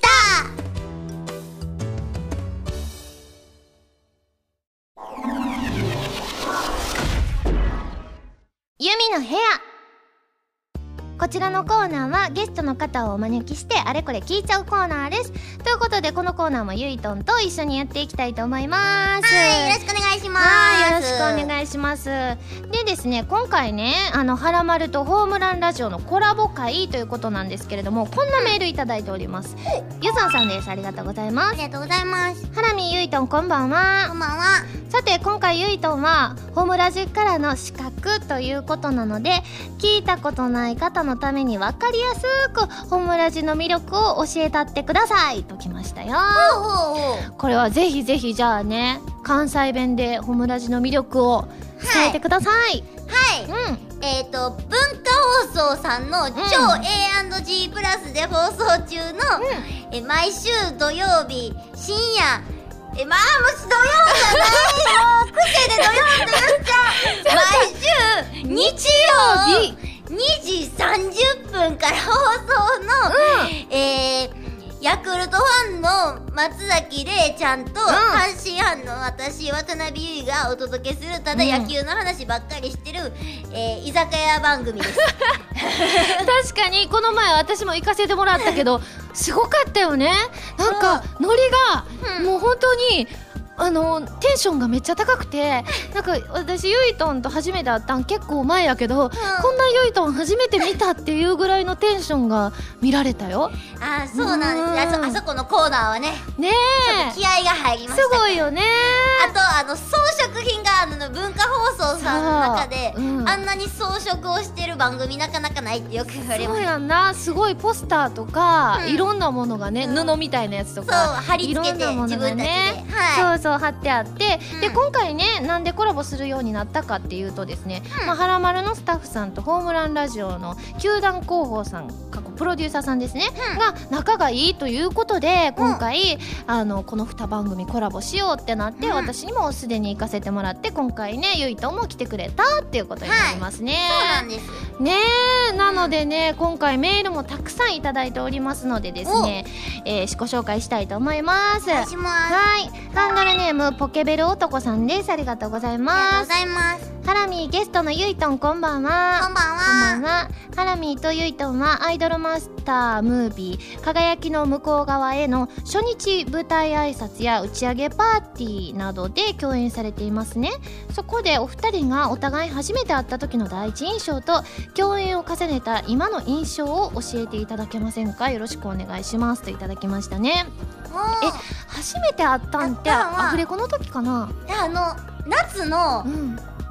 Speaker 1: ユミの部屋。こちらのコーナーはゲストの方をお招きしてあれこれ聞いちゃうコーナーです。ということでこのコーナーもゆいとんと一緒にやっていきたいと思います。
Speaker 2: はい、よろしくお願いします。
Speaker 1: はい、よろしくお願いします。でですね、今回ね、あのはらまるとホームランラジオのコラボ会ということなんですけれども、こんなメールいただいております。ゆずんさんです。ありがとうございます。
Speaker 2: ありがとうございます。
Speaker 1: はらみゆいとん、こんばんは。
Speaker 2: こんばんは。
Speaker 1: さて今回ゆいとんはホームラジからの資格ということなので、聞いたことない方のために分かりやすくホームラジの魅力を教えたってくださいときましたよ。
Speaker 2: ほうほうほう。
Speaker 1: これはぜひぜひ、じゃあね、関西弁でホームラジの魅力を伝えてください。
Speaker 2: はい、はい、うん、えっ、ー、と文化放送さんの超 エーアンドジー プラスで放送中の、うん、え毎週土曜日深夜、え、まあもし土曜じゃないよ癖で土曜って言っちゃう毎週日曜日にじさんじゅっぷんから放送の、うん、えーヤクルトファンの松崎玲ちゃんと、うん、阪神ファンの私渡辺優衣がお届けするただ野球の話ばっかりしてる、うん、えー、居酒屋番組です
Speaker 1: 確かにこの前私も行かせてもらったけどすごかったよね。なんかノリが、うん、もう本当にあのテンションがめっちゃ高くて、なんか私ゆいとんと初めて会ったん結構前やけど、うん、こんなゆいとん初めて見たっていうぐらいのテンションが見られたよ。
Speaker 2: あー、そうなんです。あそ、あそこのコーナーはね、
Speaker 1: ね
Speaker 2: え、気合が入りました。
Speaker 1: すごいよね。
Speaker 2: あとあの装飾品があの文化放送さんの中で、うん、あんなに装飾をしてる番組なかなかないってよく言われます。
Speaker 1: そうやんな。すごいポスターとか、うん、いろんなものがね、うん、布みたいなやつとか、
Speaker 2: そう貼り付けて自分たちで、
Speaker 1: はい、そうそう貼ってあって、うん、で今回ねなんでコラボするようになったかっていうとですね、うん、まあ、はらまるのスタッフさんとホームランラジオの球団広報さん、過去プロデューサーさんですね、うん、が仲がいいということで今回、うん、あのこのに番組コラボしようってなって、うん、私にもすでに行かせてもらって、今回ねゆいとんも来てくれたっていうことになりますね。
Speaker 2: はい、そうなんです
Speaker 1: ね。え、なのでね、今回メールもたくさんいただいておりますのでですね、えー、ご紹介したいと思います。
Speaker 2: お願いします。
Speaker 1: はい、ハンドルネームポケベル男さんです。ありがとうございます。
Speaker 2: ありがとうございます。
Speaker 1: ハラミーゲストのゆいとん、こんばんは。
Speaker 2: こんばんは。
Speaker 1: こんばんは。ハラミーとゆいとんはアイドルマスタームービー輝きの向こう側への初日舞台挨拶や打ち上げパーティーなどで共演されていますね。そこでお二人がお互い初めて会った時の第一印象と共演を重ねた今の印象を教えていただけませんか。よろしくお願いしますといただきましたね。え、初めて会ったんってアフレコの時かな。
Speaker 2: いや、あの夏の、
Speaker 1: うん、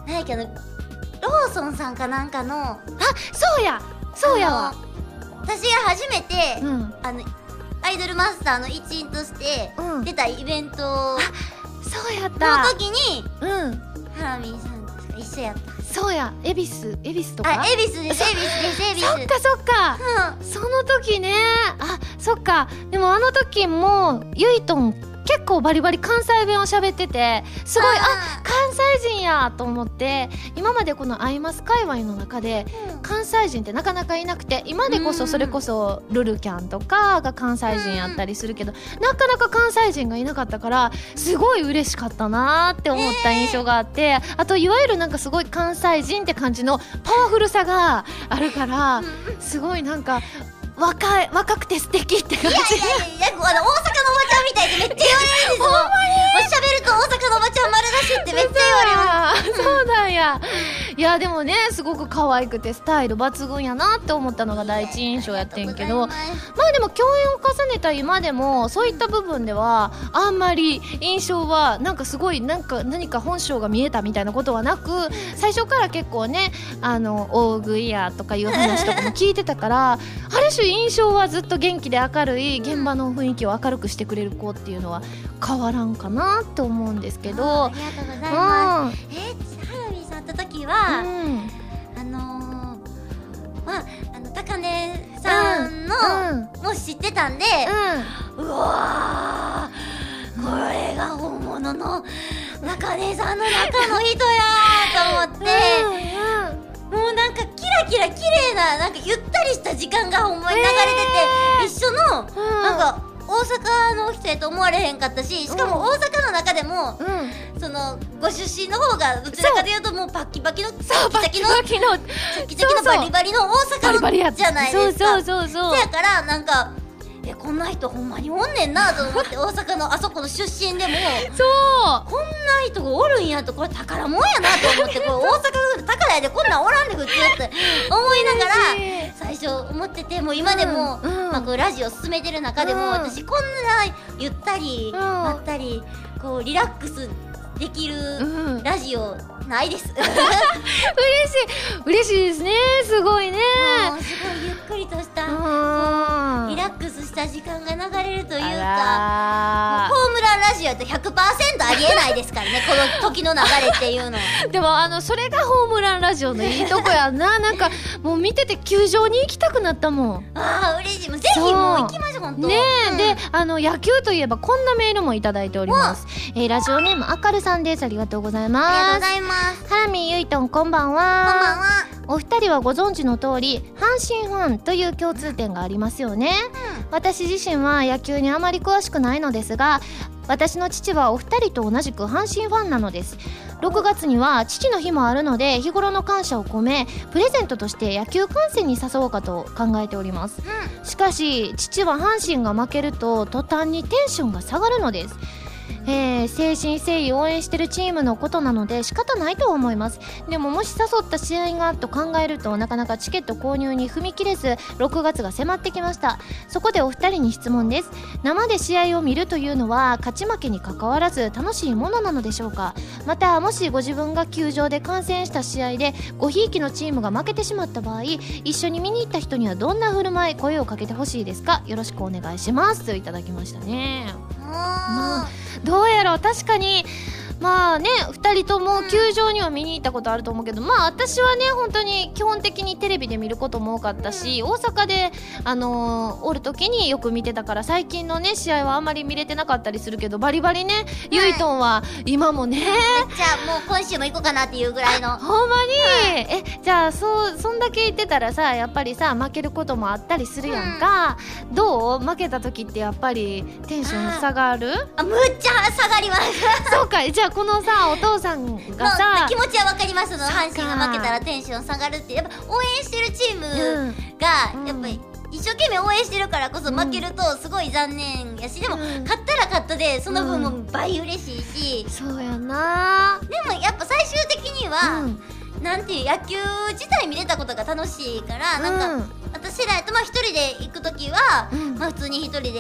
Speaker 2: 何やっけ、あのローソンさんかなんかの、あ、
Speaker 1: そうやそうやわ、
Speaker 2: 私が初めて、うん、あのアイドルマスターの一員として出たイベント、うん、あ、
Speaker 1: そうやった
Speaker 2: の時に、うん、ハラミさんと一緒やった。
Speaker 1: そうや、恵比寿恵比寿とか、
Speaker 2: あ、恵比寿です、恵比寿です、恵比寿。
Speaker 1: そっかそっか、うん、その時ね、あ、そっか。でもあの時もゆいとん結構バリバリ関西弁を喋ってて、すごい、あ、関西人やと思って。今までこのアイマス界隈の中で、うん、関西人ってなかなかいなくて、今でこそそれこそルルキャンとかが関西人やったりするけど、うん、なかなか関西人がいなかったから、すごい嬉しかったなーって思った印象があって、えー、あといわゆるなんかすごい関西人って感じのパワフルさがあるから、すごいなんか若い、若くて素敵って感じ。いやいやいや、
Speaker 2: あの大阪のおばちゃんみたいってめっちゃ言われるんですよ。ほんまに喋ると大阪のおばちゃん丸出しってめっちゃ言われます。
Speaker 1: そうなんや。いやでもね、すごく可愛くてスタイル抜群やなって思ったのが第一印象やってんけど、まあでも共演を重ねた今でもそういった部分ではあんまり印象はなんかすごいなんか何か本性が見えたみたいなことはなく、最初から結構ね、あの大食いやとかいう話とかも聞いてたからある種印象はずっと元気で明るい、現場の雰囲気を明るくしてくれる子っていうのは変わらんかなって思うんですけど。
Speaker 2: ありがとうございます。えー、ハラミさんと時は、うん、あのー、まああの高根さんの、うんうん、もし知ってたんで、うん、うわー、これが本物の高根さんの中の人やーと思って、うんうん、もうなんかキラキラ綺麗な、なんかゆったりした時間がほんまに流れてて、えー、一緒の、うん、なんか大阪の人やと思われへんかったし、しかも大阪の中でも、うん、そのご出身の方がどちらかというともうパッキパキのチャキチャキのチャキチャキのバリバリの大阪のじゃないですか。そうそうそうそう。そやからなんか、え、こんな人ほんまにおんねんなと思って、大阪のあそこの出身でもそうこんな人がおるんやと、これ宝物やなと思って、これ大阪の宝やでこんなんおらんで普通って思いながら最初思ってて、もう今でも、うんうん、まあ、こうラジオ進めてる中でも、うん、私こんなゆったり、うん、まったりこうリラックスできるラジオないです、うん、嬉しい
Speaker 1: 嬉しいですね、すごいね、
Speaker 2: もうすごいゆっくりとしたリラックスした時間が流れるというか、ホームランラジオって ひゃくパーセント ありえないですからねこの時の流れっていうの
Speaker 1: でもあのそれがホームランラジオのいいとこやんななんかもう見てて球場に行きたくなったもん。
Speaker 2: ああ嬉しい、もうぜひもう行きましょう本当
Speaker 1: ねえ、うん、であの野球といえばこんなメールもいただいております、えー、ラジオネームあかるさんです。ありがとうございます。
Speaker 2: ありがとうございます。
Speaker 1: ハラミー、ゆいとん、こんばんは。
Speaker 2: こんばんは。
Speaker 1: お二人はご存知の通り阪神ファンという共通点がありますよね、うん、私自身は野球にあまり詳しくないのですが、私の父はお二人と同じく阪神ファンなのです。ろくがつには父の日もあるので、日頃の感謝を込めプレゼントとして野球観戦に誘おうかと考えております、うん、しかし父は阪神が負けると途端にテンションが下がるのです。えー、誠心誠意応援してるチームのことなので仕方ないと思います。でももし誘った試合がと考えると、なかなかチケット購入に踏み切れず、ろくがつが迫ってきました。そこでお二人に質問です。生で試合を見るというのは勝ち負けに関わらず楽しいものなのでしょうか。またもしご自分が球場で観戦した試合でごひいきのチームが負けてしまった場合、一緒に見に行った人にはどんな振る舞い、声をかけてほしいですか。よろしくお願いしますといただきましたね。まあどうやろう、確かにまあね、ふたりとも球場には見に行ったことあると思うけど、まあ私はね本当に基本的にテレビで見ることも多かったし、大阪であのー、おる時によく見てたから、最近のね試合はあんまり見れてなかったりするけど、バリバリね、はい、ゆいとんは今もね、めっ
Speaker 2: ちゃもう今週も行こうかなっていうぐらいの
Speaker 1: ほんまに、はい、えじゃあそうそんだけ言ってたらさ、やっぱりさ負けることもあったりするやんか、うん、どう負けた時ってやっぱりテンション下がる？
Speaker 2: あ、むっちゃ下がります
Speaker 1: そうか、じゃあこのさお父さんがさ
Speaker 2: 気持ちは分かりますの、阪神が負けたらテンション下がるって、やっぱ応援してるチームが、うん、やっぱり一生懸命応援してるからこそ負けるとすごい残念やし、でも、うん、勝ったら勝ったでその分も倍嬉しいし、
Speaker 1: うん、そうやな。
Speaker 2: でもやっぱ最終的には、うん、なんていう野球自体見れたことが楽しいから、うん、なんか私らとまあ一人で行くときは、うん、まあ普通に一人で行って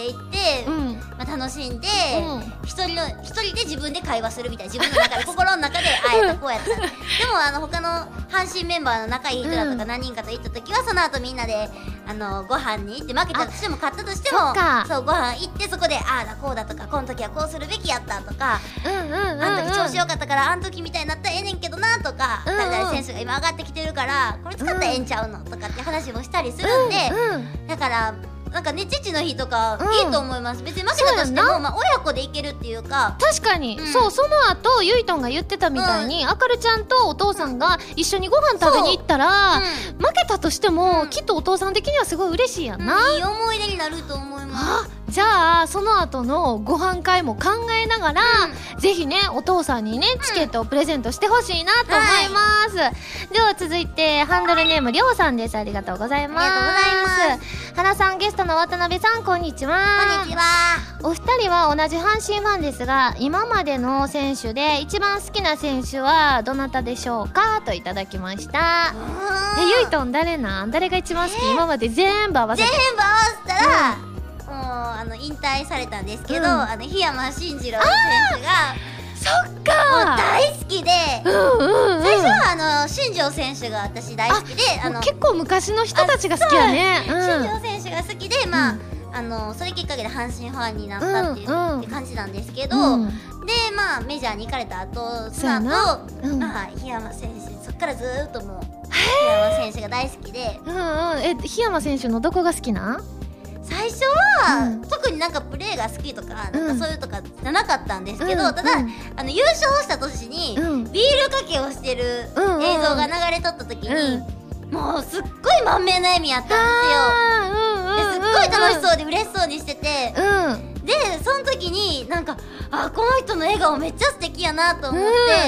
Speaker 2: て、うん、まあ、楽しんで、うん、一人の一人で自分で会話するみたいな、自分の中で心の中でああやったこうやったでもあの他の阪神メンバーの仲いい人だとか何人かと行った時は、その後みんなであのご飯に行って、負けたとしても勝ったとしてもそうご飯行って、そこでああだこうだとか、この時はこうするべきやったとか、あの時調子よかったからあの時みたいになったらええねんけどなとか、誰々選手が今上がってきてるからこれ使ったらええんちゃうのとかって話もしたりするんで、だからなんかね、父の日とかいいと思います、うん、別に負けたとしても、まあ、親子でいけるっていうか。
Speaker 1: 確かに、うん、そう、その後ゆいとんが言ってたみたいに、うん、あかるちゃんとお父さんが一緒にご飯食べに行ったら、うん、負けたとしても、うん、きっとお父さん的にはすごい嬉しいやんな、
Speaker 2: うん、いい思い出になると思います。
Speaker 1: じゃあその後のご飯会も考えながら、うん、ぜひねお父さんにねチケットをプレゼントしてほしいなと思います、はい、では続いてハンドルネームりょうさんです。ありがとうございます。
Speaker 2: ありがとうございます。
Speaker 1: 原さん、ゲストの渡辺さん、こんにちは。
Speaker 2: こんにちは。
Speaker 1: お二人は同じ阪神ファンですが、今までの選手で一番好きな選手はどなたでしょうか、といただきました。え、ゆいとん誰なん？誰が一番好き？今まで全部合わせて
Speaker 2: 全部合わせたら、うんもうあの引退されたんですけど、うん、あの檜山慎二郎選手が
Speaker 1: そっか
Speaker 2: もう大好きで、うんうんうん、最初はあの新庄選手が私大好きで、
Speaker 1: あの結構昔の人たちが好きやね。
Speaker 2: 新庄選手が好きで、まあ、うん、あのそれきっかけで阪神ファンになったっていう、うんうん、って感じなんですけど、うん、でまあメジャーに行かれた後、その後、うん、まあ檜山選手そっからずーっともう檜山選手が大好きで、
Speaker 1: うんうん、え檜山選手のどこが好きな？
Speaker 2: 最初は、うん、特になんかプレーが好きとか、うん、なんかそういうとかじゃなかったんですけど、うん、ただ、うん、あの優勝した年に、うん、ビールかけをしてる映像が流れとった時に、うん、もうすっごい満面の笑みやったんですよ。ですっごい楽しそうで嬉しそうにしてて、うん、でその時になんかあこの人の笑顔めっちゃ素敵やなと思って、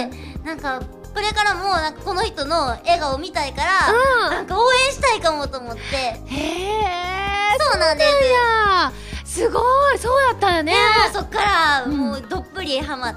Speaker 2: うん、なんかこれからもなんかこの人の笑顔見たいから、うん、なんか応援したいかもと思って。
Speaker 1: へー
Speaker 2: そうなんです
Speaker 1: すごい、そうやったよね。
Speaker 2: そっからもうどっぷりハマって、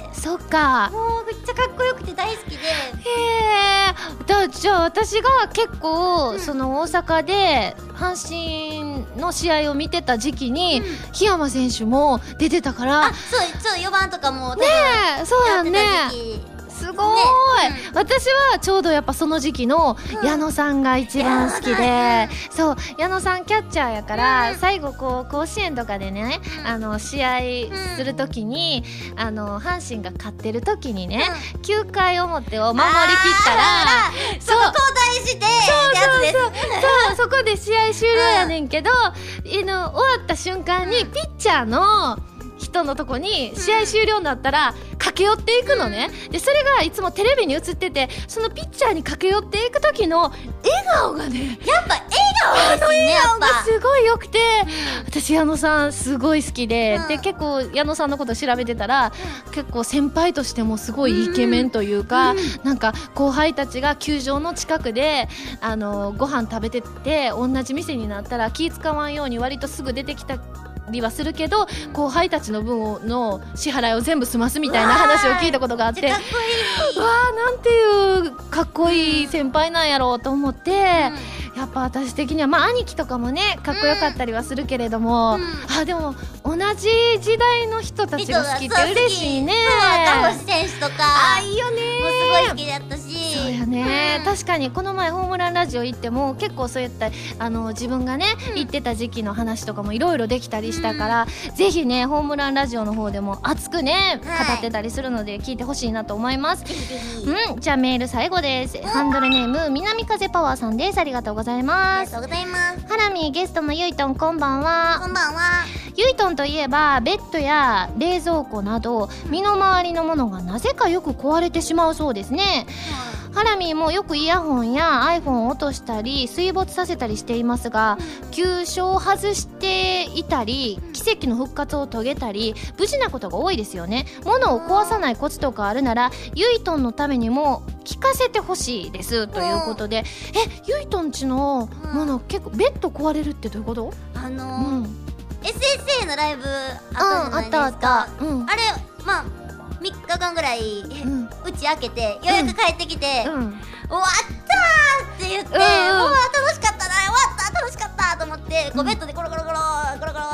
Speaker 1: うん、そっか
Speaker 2: もうめっちゃかっこよくて大好きで。へ
Speaker 1: え。だじゃあ私が結構、うん、その大阪で阪神の試合を見てた時期に、うん、檜山選手も出てたから。
Speaker 2: あ、そうそう、よばんとかも
Speaker 1: ねえ、そうやんね。すごーい、ねうん、私はちょうどやっぱその時期の矢野さんが一番好きで、うん、そう矢野さんキャッチャーやから、うん、最後こう甲子園とかでね、うん、あの試合する時に、うん、あの阪神が勝ってる時にね、うん、きゅうかい表を守りきったら
Speaker 2: そう交代してってやつです。
Speaker 1: そうそうそうそうそこで試合終了やねんけど、うん、の終わった瞬間にピッチャーの人のとこに試合終了になったら駆け寄っていくのね、うん、でそれがいつもテレビに映ってて、そのピッチャーに駆け寄っていく時の笑顔がね、
Speaker 2: やっぱ笑顔ですね。あの笑顔
Speaker 1: がすごい良くて、うん、私矢野さんすごい好きで、うん、で結構矢野さんのこと調べてたら、うん、結構先輩としてもすごいイケメンというか、うん、なんか後輩たちが球場の近くであのご飯食べてて同じ店になったら気使わんように割とすぐ出てきたりはするけど、後輩たちの分の支払いを全部済ますみたいな話を聞いたことがあって、
Speaker 2: かっこいい、
Speaker 1: わーなんていうかっこいい先輩なんやろうと思って、うん、やっぱ私的にはまあ兄貴とかもねかっこよかったりはするけれども、うん、あでも同じ時代の人たちが好きって嬉しいね。
Speaker 2: 赤星選手とか
Speaker 1: あいいよね、
Speaker 2: もうすごい好きだったし。
Speaker 1: そうやね、うん、確かにこの前ホームランラジオ行っても結構そういったあの自分がね、うん、行ってた時期の話とかもいろいろできたりしたから、うん、ぜひねホームランラジオの方でも熱くね、はい、語ってたりするので聞いてほしいなと思います。うん、じゃあメール最後です、うん、ハンドルネーム南風パワーさんです。ありがとうございます。
Speaker 2: ありがとうございます。
Speaker 1: ハラミゲストのゆいとんこんばんは。
Speaker 2: こんばんは。
Speaker 1: ゆいとんといえばベッドや冷蔵庫など身の回りのものがなぜかよく壊れてしまうそうですね、うん、ハラミもよくイヤホンや iPhone を落としたり水没させたりしていますが、急所を外していたり奇跡の復活を遂げたり無事なことが多いですよね。物を壊さないコツとかあるならゆいとんのためにも聞かせてほしいですということで、えゆいとんちのもの、うん、結構ベッド壊れるってどういうこと？
Speaker 2: あのーうん、エスエスエー のライブあったじゃないですか、うん、あったあった、うん、あれまあみっかかんぐらい、うん、うち開けてようやく帰ってきて、うん、終わったーって言って、うんうん、うわ楽しかったな、終わった楽しかったと思って、こうベッドでコロコロコロコロコロっ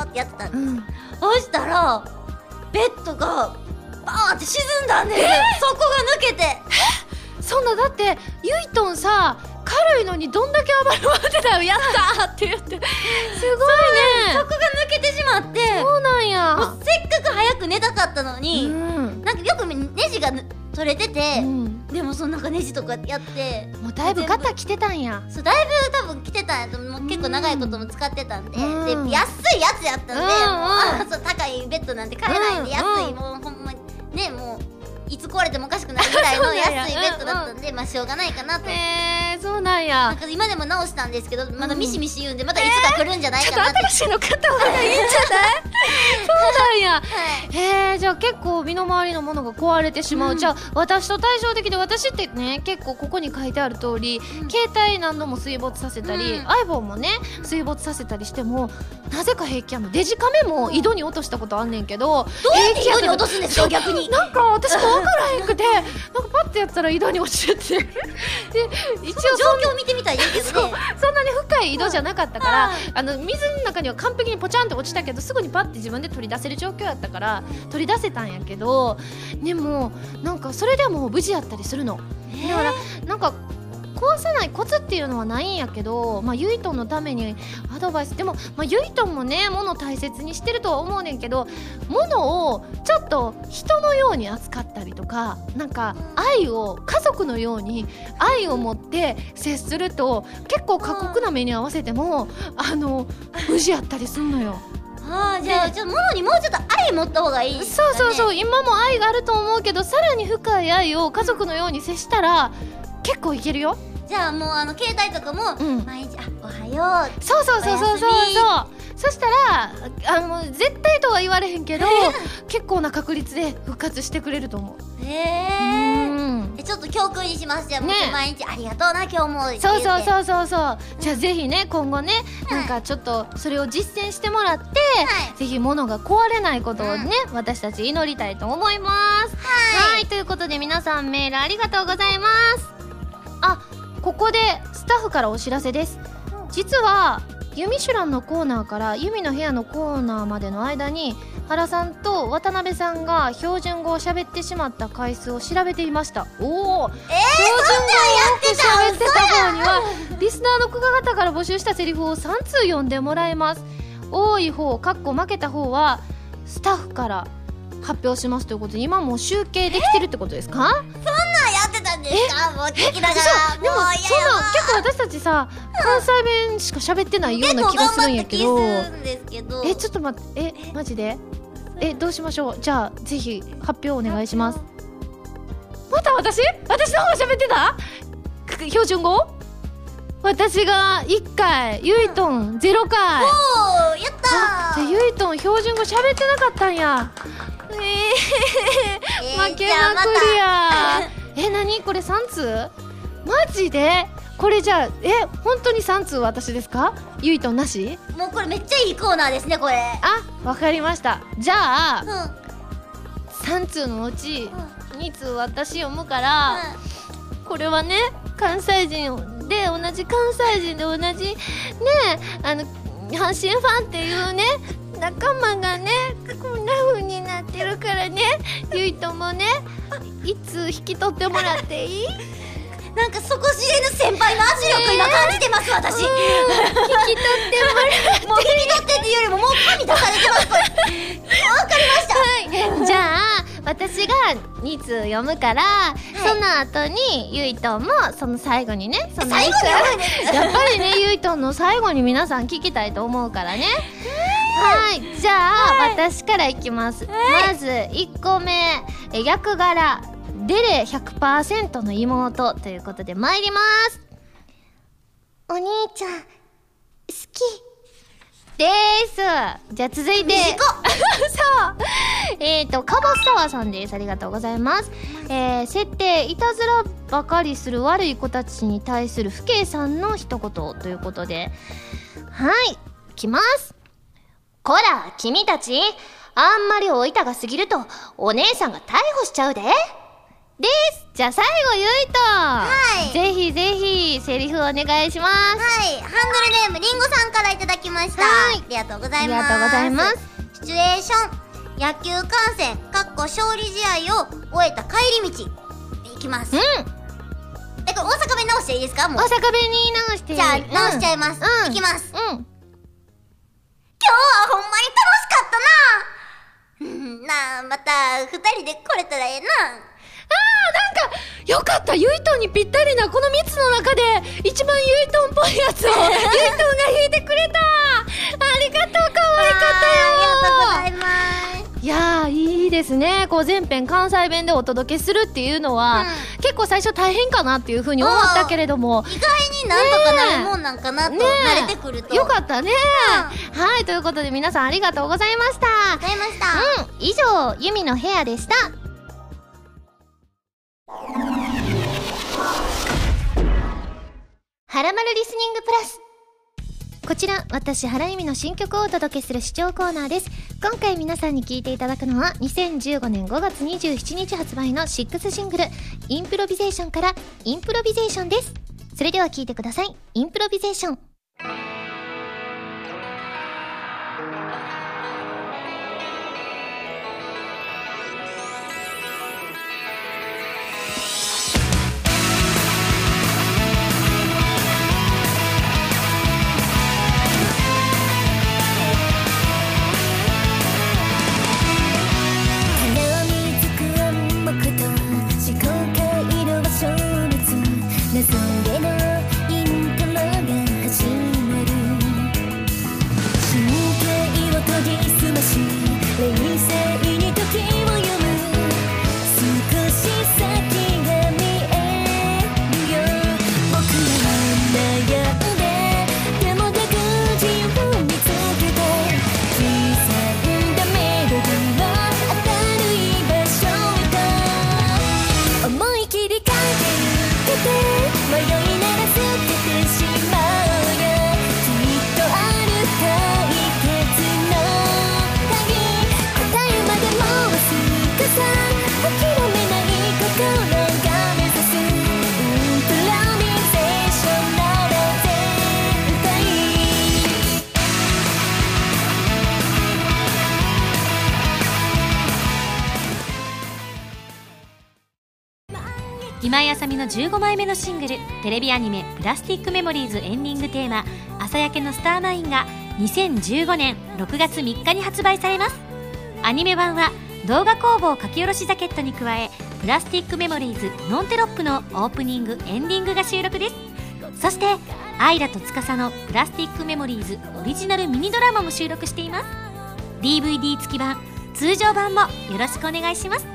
Speaker 2: ってやってたんです、
Speaker 1: うん、
Speaker 2: そしたらベッドがバーって沈んだんです、えー、そこが抜けて。
Speaker 1: そんな、だってゆいとんさ軽いのにどんだけ暴れ回ってたよ。やったーって言ってすごいね。
Speaker 2: そこが抜けてしまって、
Speaker 1: そうなんや。
Speaker 2: もうせっかく早く寝たかったのに、
Speaker 1: うん、
Speaker 2: なんかよくネジが取れてて、うん、でもそのなんかネジとかやって
Speaker 1: もうだいぶガタきてたんや。
Speaker 2: そう、だいぶ多分来てたんやと、もう結構長いことも使ってたんで、うん、で安いやつやったんで、うん、もうあそう高いベッドなんて買えないんで、うん、安い、もうほんまにね、もういつ壊れてもおかしくないぐらいの安いベッドだったんで、まあしょうがないかなと。
Speaker 1: へえー、そうなんや。
Speaker 2: なんか今でも直したんですけど、まだミシミシ言うんで、またいつか来るんじゃないかなって、
Speaker 1: えー、ちょっと新しいの買った方がいいんじゃないそうなんや、はい、へえ、じゃあ結構身の回りのものが壊れてしまう、うん、じゃあ私と対照的で、私ってね結構ここに書いてある通り、うん、携帯何度も水没させたり、うん、iPhone もね水没させたりしてもなぜか平気やの。デジカメも井戸に落としたことあんねんけど、
Speaker 2: どうやって井戸に落とすんですか逆に。
Speaker 1: なんか私も分からへんくてなんかパッてやったら井戸に落ちててで
Speaker 2: 一応状況を見てみたいですけどね。
Speaker 1: そ, そんなに深い井戸じゃなかったから、あの水の中には完璧にポチャンって落ちたけど、すぐにパッて自分で取り出せる状況やったから取り出せたんやけど、でもなんかそれでも無事やったりするの。だからなんか壊さないコツっていうのはないんやけど、まあ、ゆいとんのためにアドバイスでも、まあ、ゆいとんもね物を大切にしてるとは思うねんけど、物をちょっと人のように扱ったりとか、なんか愛を家族のように愛を持って接すると結構過酷な目に合わせてもあの無事やったりすんのよ。
Speaker 2: ああ、じゃあちょっと物にもうちょっと愛持った方がいいですかね。
Speaker 1: そうそうそう、今も愛があると思うけど、さらに深い愛を家族のように接したら結構いけるよ。
Speaker 2: じゃあもうあの携帯とかも、うん、毎日あおはよう、
Speaker 1: そうそうそうそうそうそう、そしたらあの絶対とは言われへんけど結構な確率で復活してくれると思う。
Speaker 2: へえ、えちょっと教訓にします。じゃあもう毎日ありがとうな今日も。
Speaker 1: そうそうそうそうそう。じゃあぜひね今後ね、なんかちょっとそれを実践してもらって、はい、ぜひ物が壊れないことをね、うん、私たち祈りたいと思います。はい、はい、ということで皆さんメールありがとうございます。あ、ここでスタッフからお知らせです。実はユミシュランのコーナーからユミの部屋のコーナーまでの間に原さんと渡辺さんが標準語を喋ってしまった回数を調べていました。おお、えー、標準語を喋ってた方にはリスナーの方々から募集したセリフをさん通読んでもらえます。多い方かっこ負けた方はスタッフから発表しますということで、今もう集計できてるってことですか？
Speaker 2: そんなんやってたんですか？もう聞きながら。
Speaker 1: でもそんな結構私たちさ、関西弁しか喋ってないような気がするんやけど、えちょっと待って、えマジでえどうしましょう。じゃあぜひ発表お願いします。また私私の方が喋ってた標準語。私がいっかい、ゆいとんゼロかい。
Speaker 2: おーやったー。
Speaker 1: じゃあゆいとん標準語喋ってなかったんや。えー、えー、負けまくりやえ、なにこれさん通マジでこれじゃあえ本当にさん通私ですか？ゆいとんなし？
Speaker 2: もうこれめっちゃいいコーナーですねこれ。
Speaker 1: あ、わかりました。じゃあ、うん、さん通のうちに通私読むから、うん、これはね関西人で同じ関西人で同じねあの阪神ファンっていうね仲間がねこんな風になってるからね、ゆいともねいつ引き取ってもらっていい？
Speaker 2: なんか底知れぬ先輩の圧力今感じてます、私。引き
Speaker 1: 取ってもらって
Speaker 2: もう引き取ってっていうよりももう神出されてますこれ。わかりました、
Speaker 1: はい、じゃあ私がに通読むから、はい、その後にゆいとんもその最後にねその
Speaker 2: 最後に読むんです。
Speaker 1: やっぱりねゆいとんの最後に皆さん聞きたいと思うからね。はい、じゃあ、はい、私からいきます、はい、まずいっこめえ役柄デレ ひゃくパーセント の妹ということで参ります。
Speaker 2: お兄ちゃん好き
Speaker 1: です。じゃあ続いてそうえーとカボスタワーさんです。ありがとうございます、えー、設定いたずらばかりする悪い子たちに対する父兄さんの一言ということで、はいいきます。こら君たちあんまりおいたが過ぎるとお姉さんが逮捕しちゃうで。 です。じゃあ最後ゆいと、
Speaker 2: はい、
Speaker 1: ぜひぜひセリフお願いします。
Speaker 2: はい、ハンドルネームりんごさんからいただきました。はい、ありがとうございます。
Speaker 1: ありがとうございます。
Speaker 2: シチュエーション、野球観戦かっこ勝利試合を終えた帰り道いきます。うん。え、これ大阪弁直していいですか？もう
Speaker 1: 大阪弁に直していい。
Speaker 2: じゃあ直しちゃいます。うん、いきます。うん。今日はほんまに楽しかったな。うん、なあ、また二人で来れたらええな。
Speaker 1: あー、なんかよかった。ゆいとんにぴったりなこのみっつの中で一番ゆいとんっぽいやつをゆいとんが弾いてくれた。ありがとう、可愛かったよ。
Speaker 2: ありがとうございます。
Speaker 1: いやー、いいですね。こう全編関西弁でお届けするっていうのは、うん、結構最初大変かなっていう風に思ったけれども、
Speaker 2: 意外になんとかなるもんなんかなと、ね、慣れてくると
Speaker 1: よかったね、うん、はい、ということで皆さんありがとうございました。
Speaker 2: ありがとうございました。
Speaker 1: うん、以上ユミの部屋でした。はらまるリスニングプラス。こちら私原由美の新曲をお届けする視聴コーナーです。今回皆さんに聴いていただくのはにせんじゅうごねんごがつにじゅうしちにち発売のシックスシングルインプロビゼーションからインプロビゼーションです。それでは聴いてください。インプロビゼーション。
Speaker 3: 今井あさみのじゅうごまいめのシングルテレビアニメプラスティックメモリーズエンディングテーマ朝焼けのスターマインがにせんじゅうごねんろくがつみっかに発売されます。アニメ版は動画工房書き下ろしジャケットに加えプラスティックメモリーズノンテロップのオープニングエンディングが収録です。そしてアイラと司のプラスティックメモリーズオリジナルミニドラマも収録しています。 ディーブイディー 付き版通常版もよろしくお願いします。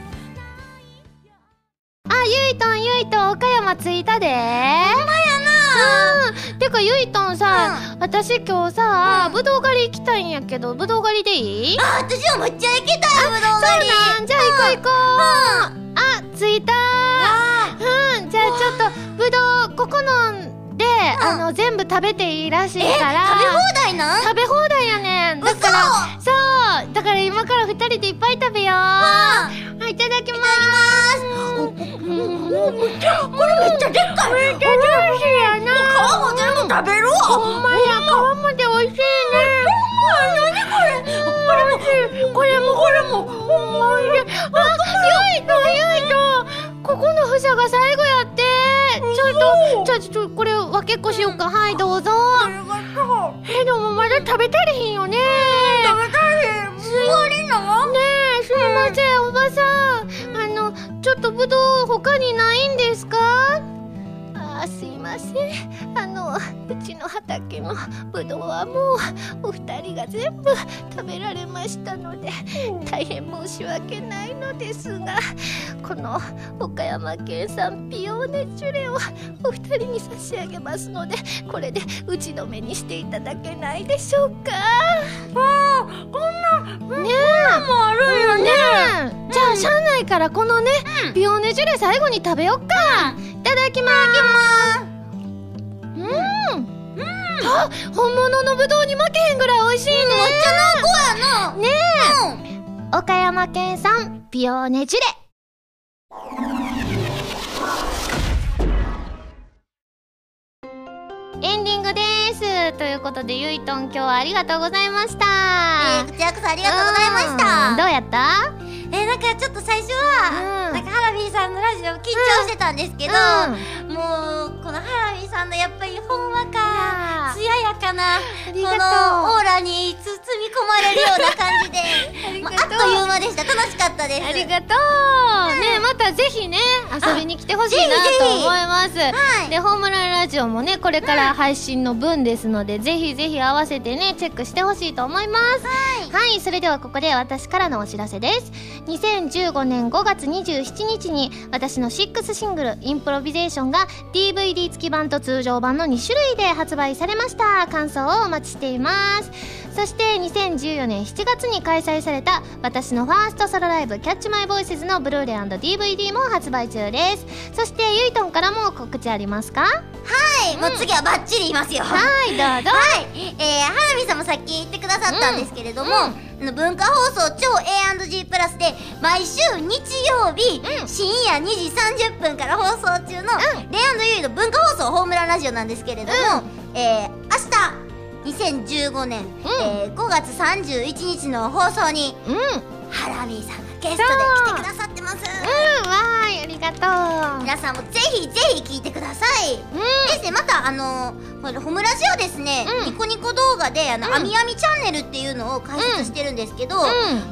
Speaker 1: あ、ゆいとんゆいとん岡山着いたでー。ほんま
Speaker 2: やな
Speaker 1: ー。てかゆいとんさ、うん、私今日さ、うん、ぶどう狩り行きたいんやけどぶどう狩りでいい？
Speaker 2: あ、私もめっちゃ行きたい。ぶどう狩り。
Speaker 1: そうなん、じゃあ行こう行こう、うん、あ、着いたー。うん、じゃあちょっとぶどうここので、うん、あの全部食べていいらしいから。
Speaker 2: 食べ放題なん？
Speaker 1: 食べ放題やねん。だからそうだから今から二人でいっぱい食べよう。はい、いただきまーす。
Speaker 2: めっちゃこれめっちゃでっかい。
Speaker 1: めっちゃジューシーやな。
Speaker 2: 皮も全部食べるわ。
Speaker 1: ほんまや、皮まで美味しいね。
Speaker 2: ほんまや、なにこれ。
Speaker 1: これもこれもほんまに。あ、ゆいとゆいとここの房が最後やって。ちょっとじゃあちょっとこれ分けっこしようか。はい、どうぞ。
Speaker 2: ありがとう。
Speaker 1: え、でもまだ食べたりひんよね。
Speaker 2: 食べたりひん。終わりなの？
Speaker 1: ねえ、すいません、おばさん。あのちょっとぶどう他にないんですか？あ、すいません。あのうちの畑のぶどうはもうお二人が全部食べられましたので大変申し訳ないのですが、この岡山県産ピオーネチュレをお二人に差し上げますので、これで打ち止めにしていただけないでしょうか？
Speaker 2: あー、こんな
Speaker 1: ねえ
Speaker 2: もあるよね。
Speaker 1: ねえ、じゃあ車内からこのね、うん、ピオーネチュレ最後に食べよっか。いただきまーす。うん、うん、あ、本物のぶどうに負けへんぐらい美味しいね。
Speaker 2: めっちゃ濃厚やな。
Speaker 1: ねえ、うん、岡山県産ピオーネチュレ。 ということでゆいとん今日はありがとうございました。
Speaker 2: えー、こちらこそありがとうございました。
Speaker 1: どうやった？
Speaker 2: えー、なんかちょっと最初は、うん、なんかハラミーさんのラジオ緊張してたんですけど、うん、もうこのハラミーさんのやっぱりほんわか艶やかなこのオーラに包み込まれるような感じであ, あっという間でした。楽しかったです。
Speaker 1: ありがとう、うん、ね、またぜひね遊びに来てほしいなと思います。はい、でホームランラジオもねこれから配信の分ですので、うん、ぜひぜひ合わせてねチェックしてほしいと思います。はい、はい、それではここで私からのお知らせです。にせんじゅうごねんごがつにじゅうしちにちに私のシックスシングルインプロビゼーションが ディーブイディー 付き版と通常版のにしゅるいで発売されました。感想をお待ちしています。そしてにせんじゅうよねんしちがつに開催された私のファーストソロライブキャッチマイボイスズのブルーレイ&ディーブイディー も発売中です。そしてゆいとんからも告知ありますか？
Speaker 2: はい、うん、もう次はバッチリ言いますよ。
Speaker 1: はいどうぞ。はい、
Speaker 2: えー、ハラミさんもさっき言ってくださったんですけれども、うんうん、文化放送超 エーアンドジー プラスで毎週日曜日、うん、深夜にじさんじゅっぷんから放送中の、うん、レイ&ユイの文化放送ホームランラジオなんですけれども、うん、えー、明日にせんじゅうごねん、うん、えー、ごがつさんじゅういちにちの放送に、うん、ハラミーさんがゲストで来てくださってます。
Speaker 1: うん、わーい、ありがとう。
Speaker 2: 皆さんもぜひぜひ聞いてください。うん、ですね、またあのー、ホムラジオですね、うん、ニコニコ動画であの、うん、あみあみチャンネルっていうのを開設してるんですけど、うん、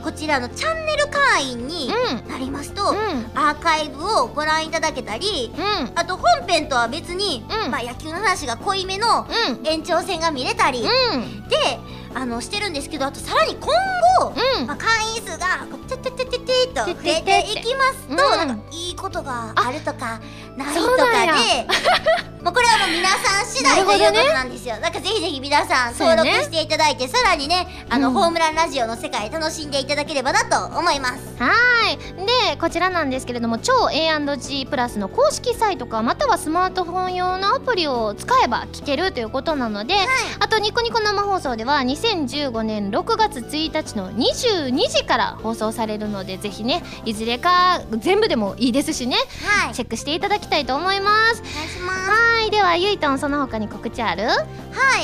Speaker 2: こちらのチャンネル会員になりますと、うん、アーカイブをご覧いただけたり、うん、あと本編とは別に、うん、まあ、野球の話が濃いめの延長戦が見れたり、うん、であのしてるんですけど、あとさらに今後、うん、まあ、会員数がてってってってってと増えていきますと、うん、なんかいいことがあるとかないとかでもうこれはもう皆さん次第ということなんですよ。だからぜひぜひ皆さん登録していただいて、さらにねあの、うん、ホームランラジオの世界楽しんでいただければなと思います。
Speaker 1: はい。でこちらなんですけれども、超 エーアンドジー プラスの公式サイトかまたはスマートフォン用のアプリを使えば聞けるということなので、はい、あとニコニコ生放送ではにせんじゅうごねんろくがつついたちのにじゅうにじから放送されるので、ぜひねいずれか全部でもいいですしね、はい、チェックしていただきたいと思います。
Speaker 2: お願いします。
Speaker 1: はい。ではゆいとんその他に告知ある？
Speaker 2: はい、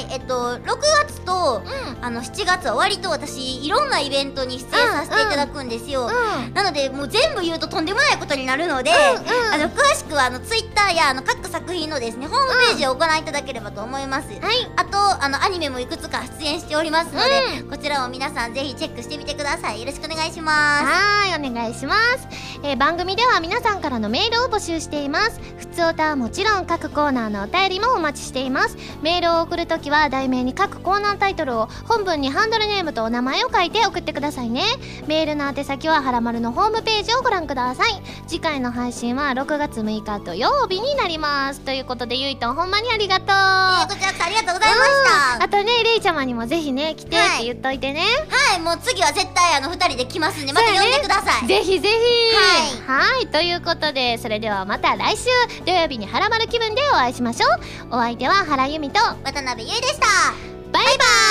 Speaker 2: えっとろくがつと、うん、あのしちがつは割と私いろんなイベントに出演させていただくんですよ。うんうん、なのでもう全部言うととんでもないことになるので、うんうん、あの詳しくはあのツイッターやあの各作品のですねホームページをご覧いただければと思います。うん、はい、あとあのアニメもいくつか出演しておりますので、うん、こちらも皆さんぜひチェックしてみてください。よろしくお願いします。
Speaker 1: はい、お願いします。えー、番組では皆さんからのメールを募集しています。ふつおたはもちろん各コーナーのお便りもお待ちしています。メールを送るときは題名に各コーナータイトルを、本文にハンドルネームとお名前を書いて送ってくださいね。メールの宛先ははらまるのホームページをご覧ください。次回の配信はろくがつむいか土曜日になります。ということでゆいとんほんまにありがとう。え
Speaker 2: ー、こちらこそありがとうございました。
Speaker 1: あとねレイちゃまにもぜひね来てって言っといてね。
Speaker 2: はい、はい、もう次は絶対あのふたりで来ますんでまた呼んでください。
Speaker 1: ぜひぜひ。はい、はい、ということでそれではまた来週土曜日にはらまる気分でお会いしましょう。お相手は原由美と
Speaker 2: 渡辺優でした。
Speaker 1: バイバーイ。